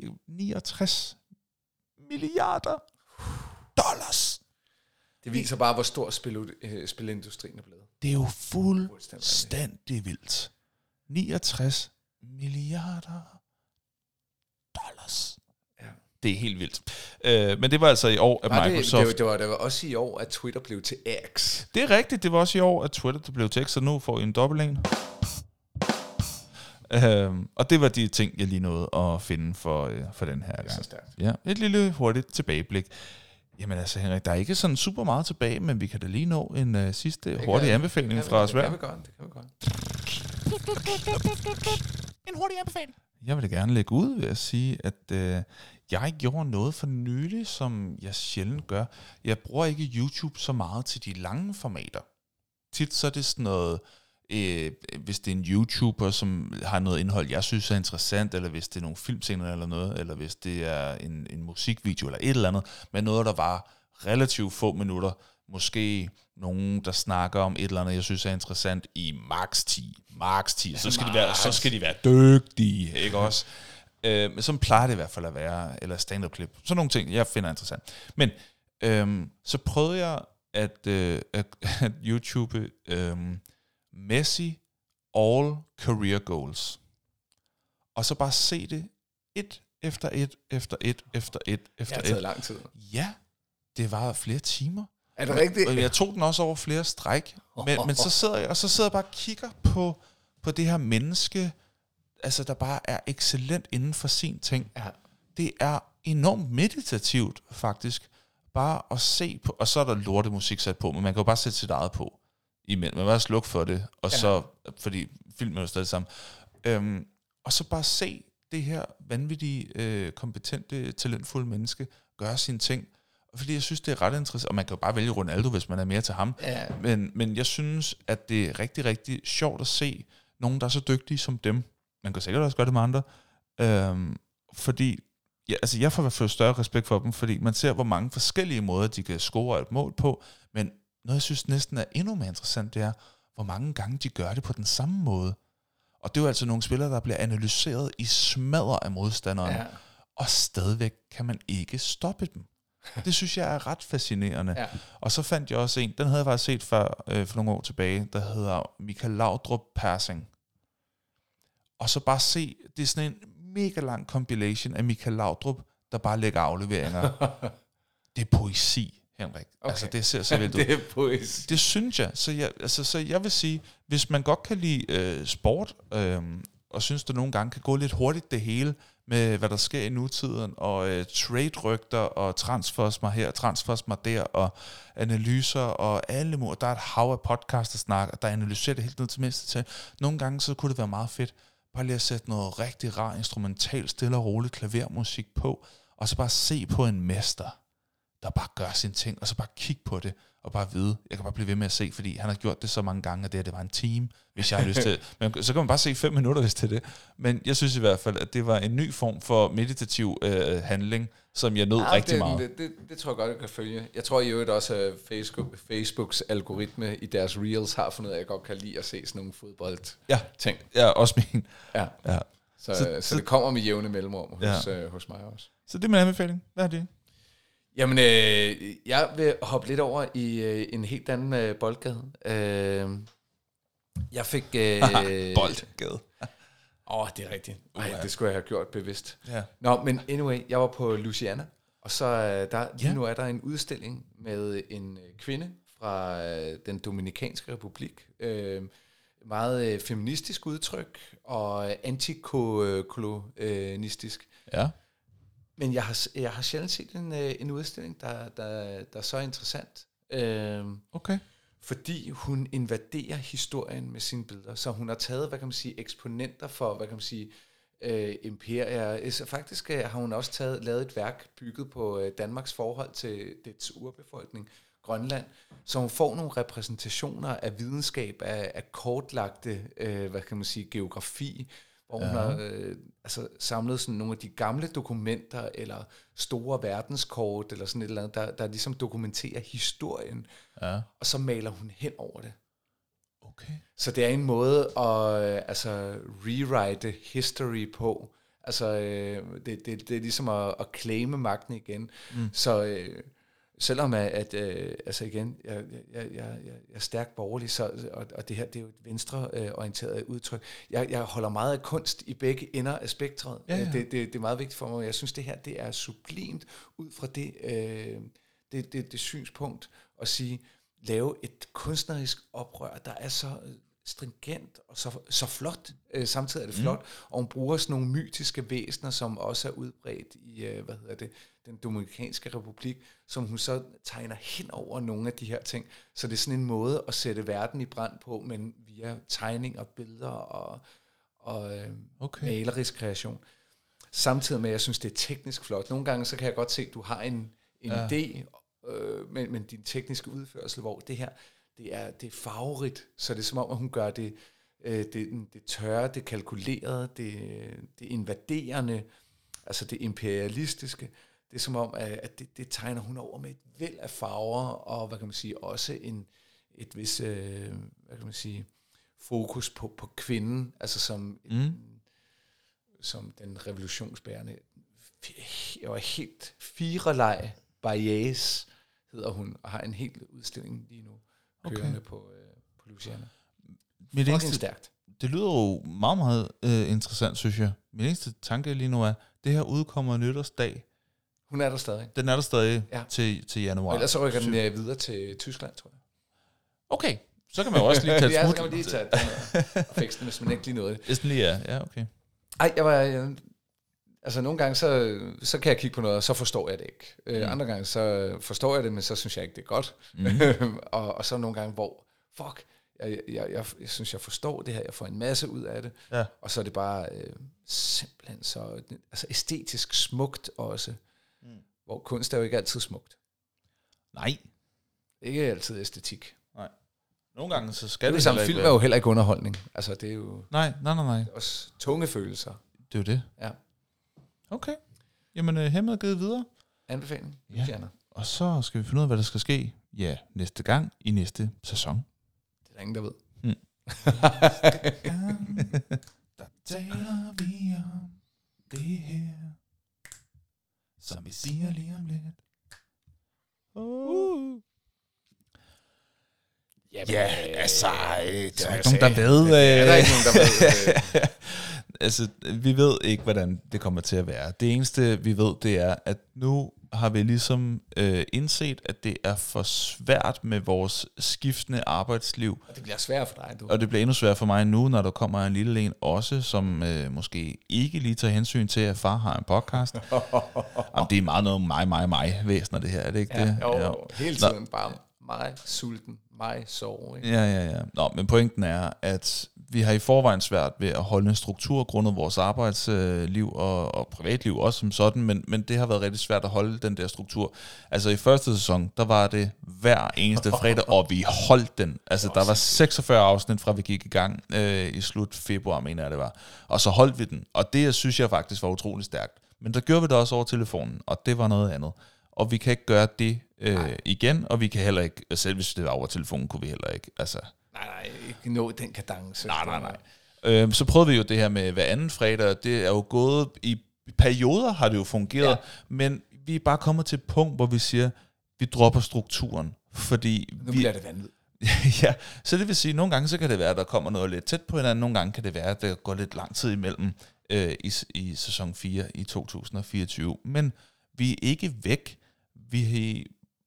A: 69 milliarder dollars.
B: Det viser bare, hvor stor spilindustrien er blevet.
A: Det er jo fuldstændig vildt. 69 milliarder dollars. Ja. Det er helt vildt. Men det var altså i år, at Microsoft...
B: Det var også i år, at Twitter blev til X.
A: Det er rigtigt, det var også i år, at Twitter blev til X, så nu får I en dobbelt en. Og det var de ting, jeg lige nåede at finde for den her gang. Ja, et lille hurtigt tilbageblik. Jamen altså, Henrik, der er ikke sådan super meget tilbage, men vi kan da lige nå en sidste hurtig anbefaling fra os hver.
B: Det kan vi godt.
A: En hurtig anbefaling. Jeg vil da gerne lægge ud ved at sige, at jeg gjorde noget for nylig, som jeg sjældent gør. Jeg bruger ikke YouTube så meget til de lange formater. Tit så er det sådan noget, hvis det er en YouTuber, som har noget indhold, jeg synes er interessant, eller hvis det er nogle filmscener eller noget, eller hvis det er en musikvideo eller et eller andet, men noget, der var relativt få minutter, måske nogen, der snakker om et eller andet, jeg synes er interessant i max 10, så skal de være dygtige, ikke også? Men sådan plejer det i hvert fald at være, eller stand-up-klip, sådan nogle ting, jeg finder interessant. Men så prøvede jeg at YouTube Messi All Career Goals, og så bare se det et efter et.
B: Det har taget lang tid.
A: Ja, det var flere timer.
B: Er det rigtigt?
A: Og jeg tog den også over flere stræk. Men så sidder jeg bare og kigger på det her menneske, altså der bare er excellent inden for sin ting.
B: Ja.
A: Det er enormt meditativt, faktisk. Bare at se på, og så er der lortemusik sat på, men man kan jo bare sætte sit eget på imellem. Man kan bare slukke for det, og så, fordi filmen er jo stadig sammen. Og så bare se det her vanvittige, kompetente, talentfulde menneske gøre sine ting. Fordi jeg synes, det er ret interessant, og man kan jo bare vælge Ronaldo, hvis man er mere til ham.
B: Ja.
A: Men jeg synes, at det er rigtig, rigtig sjovt at se nogen, der er så dygtige som dem. Man kan sikkert også gøre det med andre. Fordi jeg får i hvert fald større respekt for dem, fordi man ser, hvor mange forskellige måder, de kan score et mål på. Men noget, jeg synes næsten er endnu mere interessant, det er, hvor mange gange de gør det på den samme måde. Og det er jo altså nogle spillere, der bliver analyseret i smadder af modstanderen. Ja. Og stadigvæk kan man ikke stoppe dem. Det synes jeg er ret fascinerende. Ja. Og så fandt jeg også en, den havde jeg faktisk set for nogle år tilbage, der hedder Michael Laudrup Passing. Og så bare se, det er sådan en mega lang compilation af Michael Laudrup, der bare lægger afleveringer. Det er poesi, Henrik. Okay. Altså, det ser så vildt ud.
B: Det er poesi.
A: Det synes jeg. Så jeg vil sige, hvis man godt kan lide sport, og synes, det nogle gange kan gå lidt hurtigt det hele, med hvad der sker i nutiden, og trade-rygter, og transfers mig her, transfers mig der, og analyser, og alle mulige. Der er et hav af podcast, der snakker, der analyserer det helt ned til mindste til. Nogle gange, så kunne det være meget fedt, bare lige at sætte noget rigtig rar, instrumental, stille og roligt klavermusik på, og så bare se på en mester, der bare gør sine ting, og så bare kigge på det, og bare vide, jeg kan bare blive ved med at se, fordi han har gjort det så mange gange, at det var en time, hvis jeg har lyst til. Men så kan man bare se 5 minutter, hvis det er det. Men jeg synes i hvert fald, at det var en ny form for meditativ handling, som jeg nød rigtig meget.
B: Det tror jeg godt, jeg kan følge. Jeg tror i øvrigt også, at Facebooks algoritme i deres reels har fundet, at jeg godt kan lide at se sådan nogle fodboldting.
A: Ja, også min.
B: Ja. Så det kommer med jævne mellemrum hos mig også.
A: Så det er min anbefaling. Hvad er det?
B: Jamen, jeg vil hoppe lidt over i en helt anden boldgade. Jeg fik...
A: boldgade.
B: Det er rigtigt. Det skulle jeg have gjort bevidst.
A: Ja.
B: Nå, men anyway, jeg var på Louisiana, og så lige nu er der en udstilling med en kvinde fra den Dominikanske Republik. Meget feministisk udtryk og antikolonistisk.
A: Ja.
B: Men jeg har sjældent set en udstilling, der er så interessant.
A: Okay. Fordi
B: hun invaderer historien med sine billeder. Så hun har taget, eksponenter for, imperier. Faktisk har hun også lavet et værk bygget på Danmarks forhold til dets urbefolkning, Grønland. Så hun får nogle repræsentationer af videnskab, af kortlagte, geografi, hvor hun har samlet sådan nogle af de gamle dokumenter, eller store verdenskort, eller sådan et eller andet, der ligesom dokumenterer historien, og så maler hun hen over det.
A: Okay.
B: Så det er en måde at rewrite history på. Det er ligesom at claime magten igen. Så selvom igen, jeg er stærkt borgerlig, og det her, det er jo et venstreorienteret udtryk. Jeg holder meget af kunst i begge ender af spektret. Ja. Det er meget vigtigt for mig. Jeg synes, det her, det er sublimt ud fra det synspunkt at sige, lave et kunstnerisk oprør, der er så stringent og så flot. Samtidig er det flot, og hun bruger sådan nogle mytiske væsener, som også er udbredt i, den Dominikanske Republik, som hun så tegner hen over nogle af de her ting. Så det er sådan en måde at sætte verden i brand på, men via tegninger, billeder og malerisk kreation. Samtidig med, at jeg synes, det er teknisk flot. Nogle gange, så kan jeg godt se, at du har en idé, men din tekniske udførsel, hvor det her, det er farverigt, så det er som om, at hun gør det tørre, det kalkulerede, det invaderende, altså det imperialistiske. Det er som om, at det tegner hun over med et væld af farver, og også et vis, fokus på kvinden, altså som den revolutionsbærende. Jeg var helt Firelej Bayes hedder hun, og har en hel udstilling lige nu kørende på Louisiana. Stærkt.
A: Det lyder jo meget, meget interessant, synes jeg. Min eneste tanke lige nu er, det her udkommer nytårsdag.
B: Hun er der stadig.
A: Den er der stadig til januar.
B: Og ellers så rykker den videre til Tyskland, tror jeg.
A: Okay, så kan man jo også lige tage et smut.
B: Så kan man lige tage den og fikse den, hvis man ikke lige nåede det.
A: Hvis den lige er, ja, okay.
B: Ej, altså nogle gange, så kan jeg kigge på noget, og så forstår jeg det ikke. Andre gange, så forstår jeg det, men så synes jeg ikke, det er godt. Og så nogle gange, hvor, jeg synes, jeg forstår det her, jeg får en masse ud af det, og så er det bare simpelthen så æstetisk smukt også, hvor kunst er jo ikke altid smukt.
A: Nej.
B: Ikke altid æstetik.
A: Nej. Nogle gange, så skal det
B: samme film er jo heller ikke underholdning. Altså, det er jo...
A: Nej.
B: Også tunge følelser.
A: Det er jo det.
B: Ja.
A: Okay. Jamen, hermed givet videre.
B: Anbefaling.
A: Ja. Og så skal vi finde ud af, hvad der skal ske. Ja, næste gang i næste sæson.
B: Det er der ingen, der ved.
A: Der taler vi om det her, som vi siger lige om lidt. Ja, altså, der er ikke nogen, der ved.
B: Der er ikke nogen, der ved.
A: Altså, vi ved ikke, hvordan det kommer til at være. Det eneste, vi ved, det er, at nu har vi ligesom indset, at det er for svært med vores skiftende arbejdsliv.
B: Og det bliver svært for dig, du.
A: Og det bliver endnu sværere for mig nu, når der kommer en lille en også, som måske ikke lige tager hensyn til, at far har en podcast. Jamen, det er meget noget mig væsener, det her, er det ikke det?
B: Jo, hele tiden bare mig sulten, mig sove. Ikke?
A: Ja. Nå, men pointen er, at vi har i forvejen svært ved at holde en struktur grundet vores arbejdsliv og privatliv også som sådan, men det har været rigtig svært at holde den der struktur. Altså i første sæson, der var det hver eneste fredag, og vi holdt den. Altså der var 46 afsnit fra vi gik i gang i slut februar, mener jeg det var. Og så holdt vi den, og det synes jeg faktisk var utrolig stærkt. Men der gjorde vi det også over telefonen, og det var noget andet. Og vi kan ikke gøre det igen, og vi kan heller ikke, selv hvis det var over telefonen, kunne vi heller ikke, altså...
B: Nej, ikke nå den kadence.
A: Nej. Så prøvede vi jo det her med hver anden fredag, det er jo gået, i perioder har det jo fungeret, men vi er bare kommet til et punkt, hvor vi siger, vi dropper strukturen, fordi...
B: Nu bliver det vanvittigt.
A: Ja, så det vil sige, at nogle gange så kan det være, at der kommer noget lidt tæt på hinanden, nogle gange kan det være, at der går lidt lang tid imellem i sæson 4 i 2024, men vi er ikke væk. Vi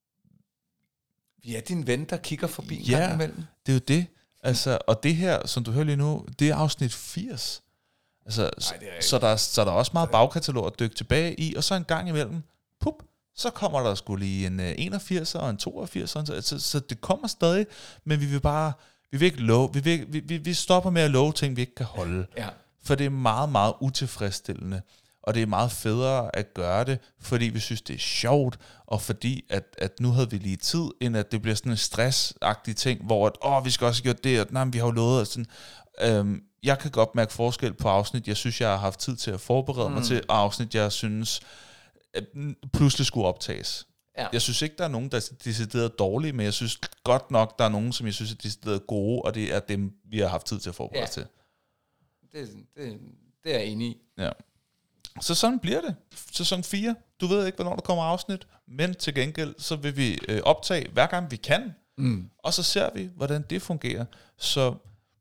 B: er din ven, der kigger forbi en gang imellem.
A: Det er jo det. Altså, og det her, som du hører lige nu, det er afsnit 80. Altså, så der er også meget bagkatalog at dykke tilbage i, og så en gang imellem, så kommer der sgu lige en 81 og en 82, så det kommer stadig, men vi vil ikke love, vi stopper med at love ting, vi ikke kan holde.
B: Ja.
A: For det er meget, meget utilfredsstillende. Og det er meget federe at gøre det, fordi vi synes, det er sjovt, og fordi, at nu havde vi lige tid, end at det bliver sådan en stressagtig ting, hvor vi skal også gøre det, og nej, vi har jo lovet os sådan. Jeg kan godt mærke forskel på afsnit, jeg synes, jeg har haft tid til at forberede mig til, og afsnit, jeg synes, pludselig skulle optages. Ja. Jeg synes ikke, der er nogen, der er decideret dårlige, men jeg synes godt nok, der er nogen, som jeg synes er decideret gode, og det er dem, vi har haft tid til at forberede os til.
B: Det er jeg enig i.
A: Ja. Så sådan bliver det. Sæson 4. Du ved ikke, hvornår der kommer afsnit, men til gengæld, så vil vi optage hver gang vi kan, og så ser vi, hvordan det fungerer. Så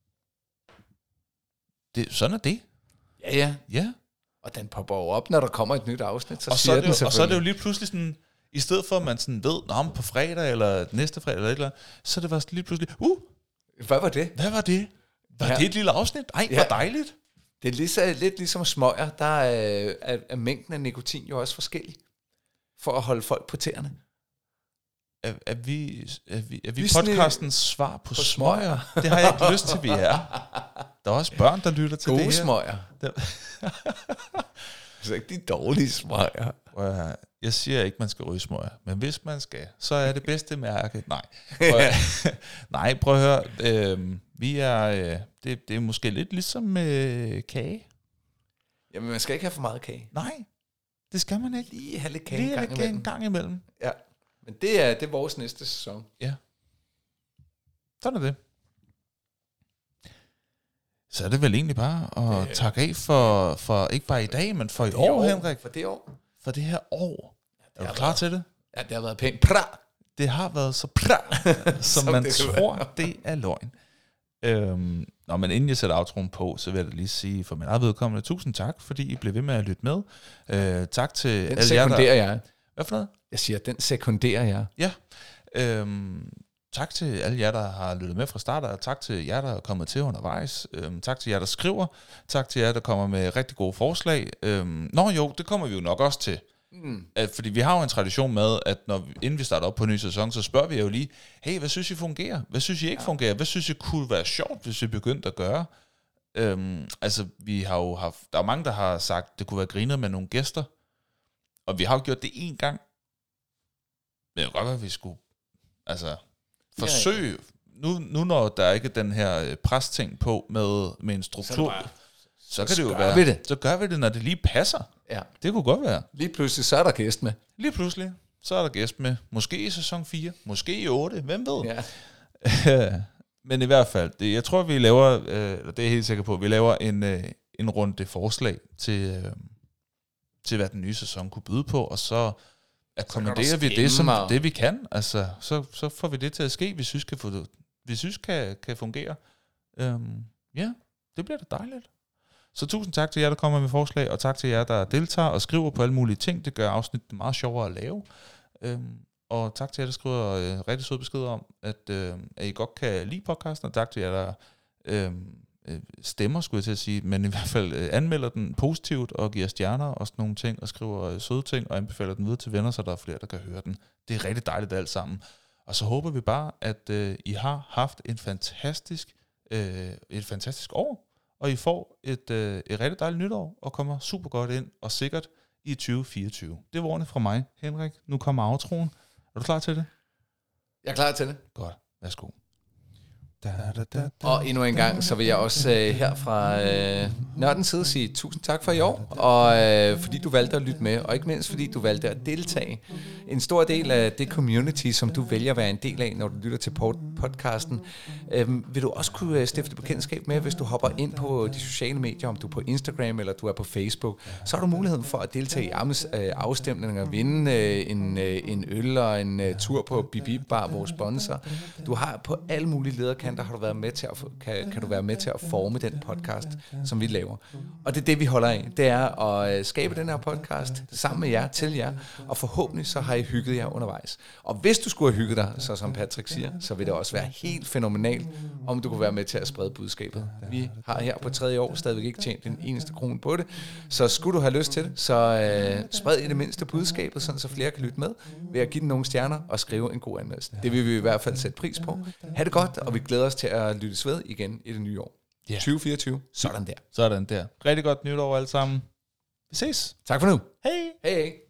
A: sådan er det. Ja.
B: Og den popper jo op, når der kommer et nyt afsnit, så
A: og
B: siger den
A: og så er det jo lige pludselig sådan, i stedet for at man sådan ved, om på fredag, eller næste fredag, eller et eller andet, så det var lige pludselig,
B: Hvad var det?
A: Var det et lille afsnit? Ej, hvor dejligt.
B: Det er lidt ligesom smøger, der er mængden af nikotin jo også forskellig, for at holde folk på tæerne.
A: Er vi podcastens svar på smøger? Det har jeg ikke lyst til, vi er. Der er også børn, der lytter til
B: gode
A: det her.
B: Smøger. Så ikke de dårlige smøger.
A: Jeg siger ikke, man skal ryge smøger, men hvis man skal, så er det bedste mærke. Nej. Nej, prøv at høre. Vi er, det er måske lidt ligesom med kage.
B: Jamen, man skal ikke have for meget kage.
A: Nej, det skal man ikke.
B: Lige have lidt kage
A: en gang imellem.
B: Ja, men det er vores næste sæson.
A: Ja. Sådan er det. Så er det vel egentlig bare at takke af for ikke bare i dag, men for i år, Henrik.
B: For det år.
A: For det her år. Er du klar til det?
B: Ja, det har været pænt. Pra!
A: Det har været så som man tror, det er løgn. Men inden jeg sætter outroen på, så vil jeg lige sige for min eget vedkommende, tusind tak, fordi I blev ved med at lytte med. Tak til alle jer, Hvad for noget?
B: Jeg siger, den sekunderer jeg.
A: Ja. Tak til alle jer, der har lyttet med fra start, og tak til jer, der er kommet til undervejs. Tak til jer, der skriver. Tak til jer, der kommer med rigtig gode forslag. Det kommer vi jo nok også til. Fordi vi har jo en tradition med, at inden vi starter op på en ny sæson, så spørger vi jo lige, hey, hvad synes I fungerer? Hvad synes I ikke fungerer? Hvad synes I kunne være sjovt, hvis vi begyndte at gøre? Vi har jo haft, der er mange, der har sagt, det kunne være grinet med nogle gæster, og vi har jo gjort det én gang. Men det kan godt være, at vi skulle forsøge, nu når der ikke er den her presting på med en struktur, så kan det jo være, så gør vi det, når det lige passer.
B: Ja.
A: Det kunne godt være.
B: Lige pludselig, så er der gæst med.
A: Lige pludselig, så er der gæst med. Måske i sæson 4, måske i 8, hvem ved?
B: Ja.
A: Men i hvert fald, jeg tror, vi laver, det er jeg helt sikker på, vi laver en runde forslag til hvad den nye sæson kunne byde på, og så akkommoderer vi det som det vi kan. Altså, så får vi det til at ske, vi synes kan fungere. Det bliver da dejligt. Så tusind tak til jer, der kommer med forslag, og tak til jer, der deltager og skriver på alle mulige ting. Det gør afsnittet meget sjovere at lave. Og tak til jer, der skriver rigtig søde beskeder om, at I godt kan lide podcasten, og tak til jer, der stemmer, skulle jeg til at sige, men i hvert fald anmelder den positivt og giver stjerner og sådan nogle ting, og skriver søde ting og anbefaler den videre til venner, så der er flere, der kan høre den. Det er rigtig dejligt alt sammen. Og så håber vi bare, at I har haft et fantastisk år, og I får et rigtig dejligt nytår, og kommer super godt ind, og sikkert i 2024. Det var ordene fra mig, Henrik. Nu kommer outroen. Er du klar til det? Jeg er klar til det. Godt. Værsgo. Og endnu en gang, så vil jeg også her fra Nørdens side sige tusind tak for i år, og fordi du valgte at lytte med, og ikke mindst fordi du valgte at deltage. En stor del af det community, som du vælger at være en del af, når du lytter til podcasten, vil du også kunne stifte bekendtskab med, hvis du hopper ind på de sociale medier, om du er på Instagram eller du er på Facebook, så har du muligheden for at deltage i Ammes afstemninger, vinde en øl og en tur på Bip Bar, vores sponsor. Du har på alle mulige lederkanter har du været med til kan du være med til at forme den podcast, som vi laver. Og det er det, vi holder af. Det er at skabe den her podcast sammen med jer, til jer, og forhåbentlig så har I hygget jer undervejs. Og hvis du skulle have hygget dig, så som Patrick siger, så vil det også være helt fænomenalt, om du kunne være med til at sprede budskabet. Vi har her på 3. år stadigvæk ikke tjent en eneste krone på det, så skulle du have lyst til det, så spred i det mindste budskabet, sådan så flere kan lytte med, ved at give den nogle stjerner og skrive en god anmeldelse. Det vil vi i hvert fald sætte pris på. Ha' det godt, og vi glæder os til at lyttes ved igen i det nye år. 2024. Sådan der. Rigtig godt nytår alle sammen. Vi ses. Tak for nu. Hej. Hej.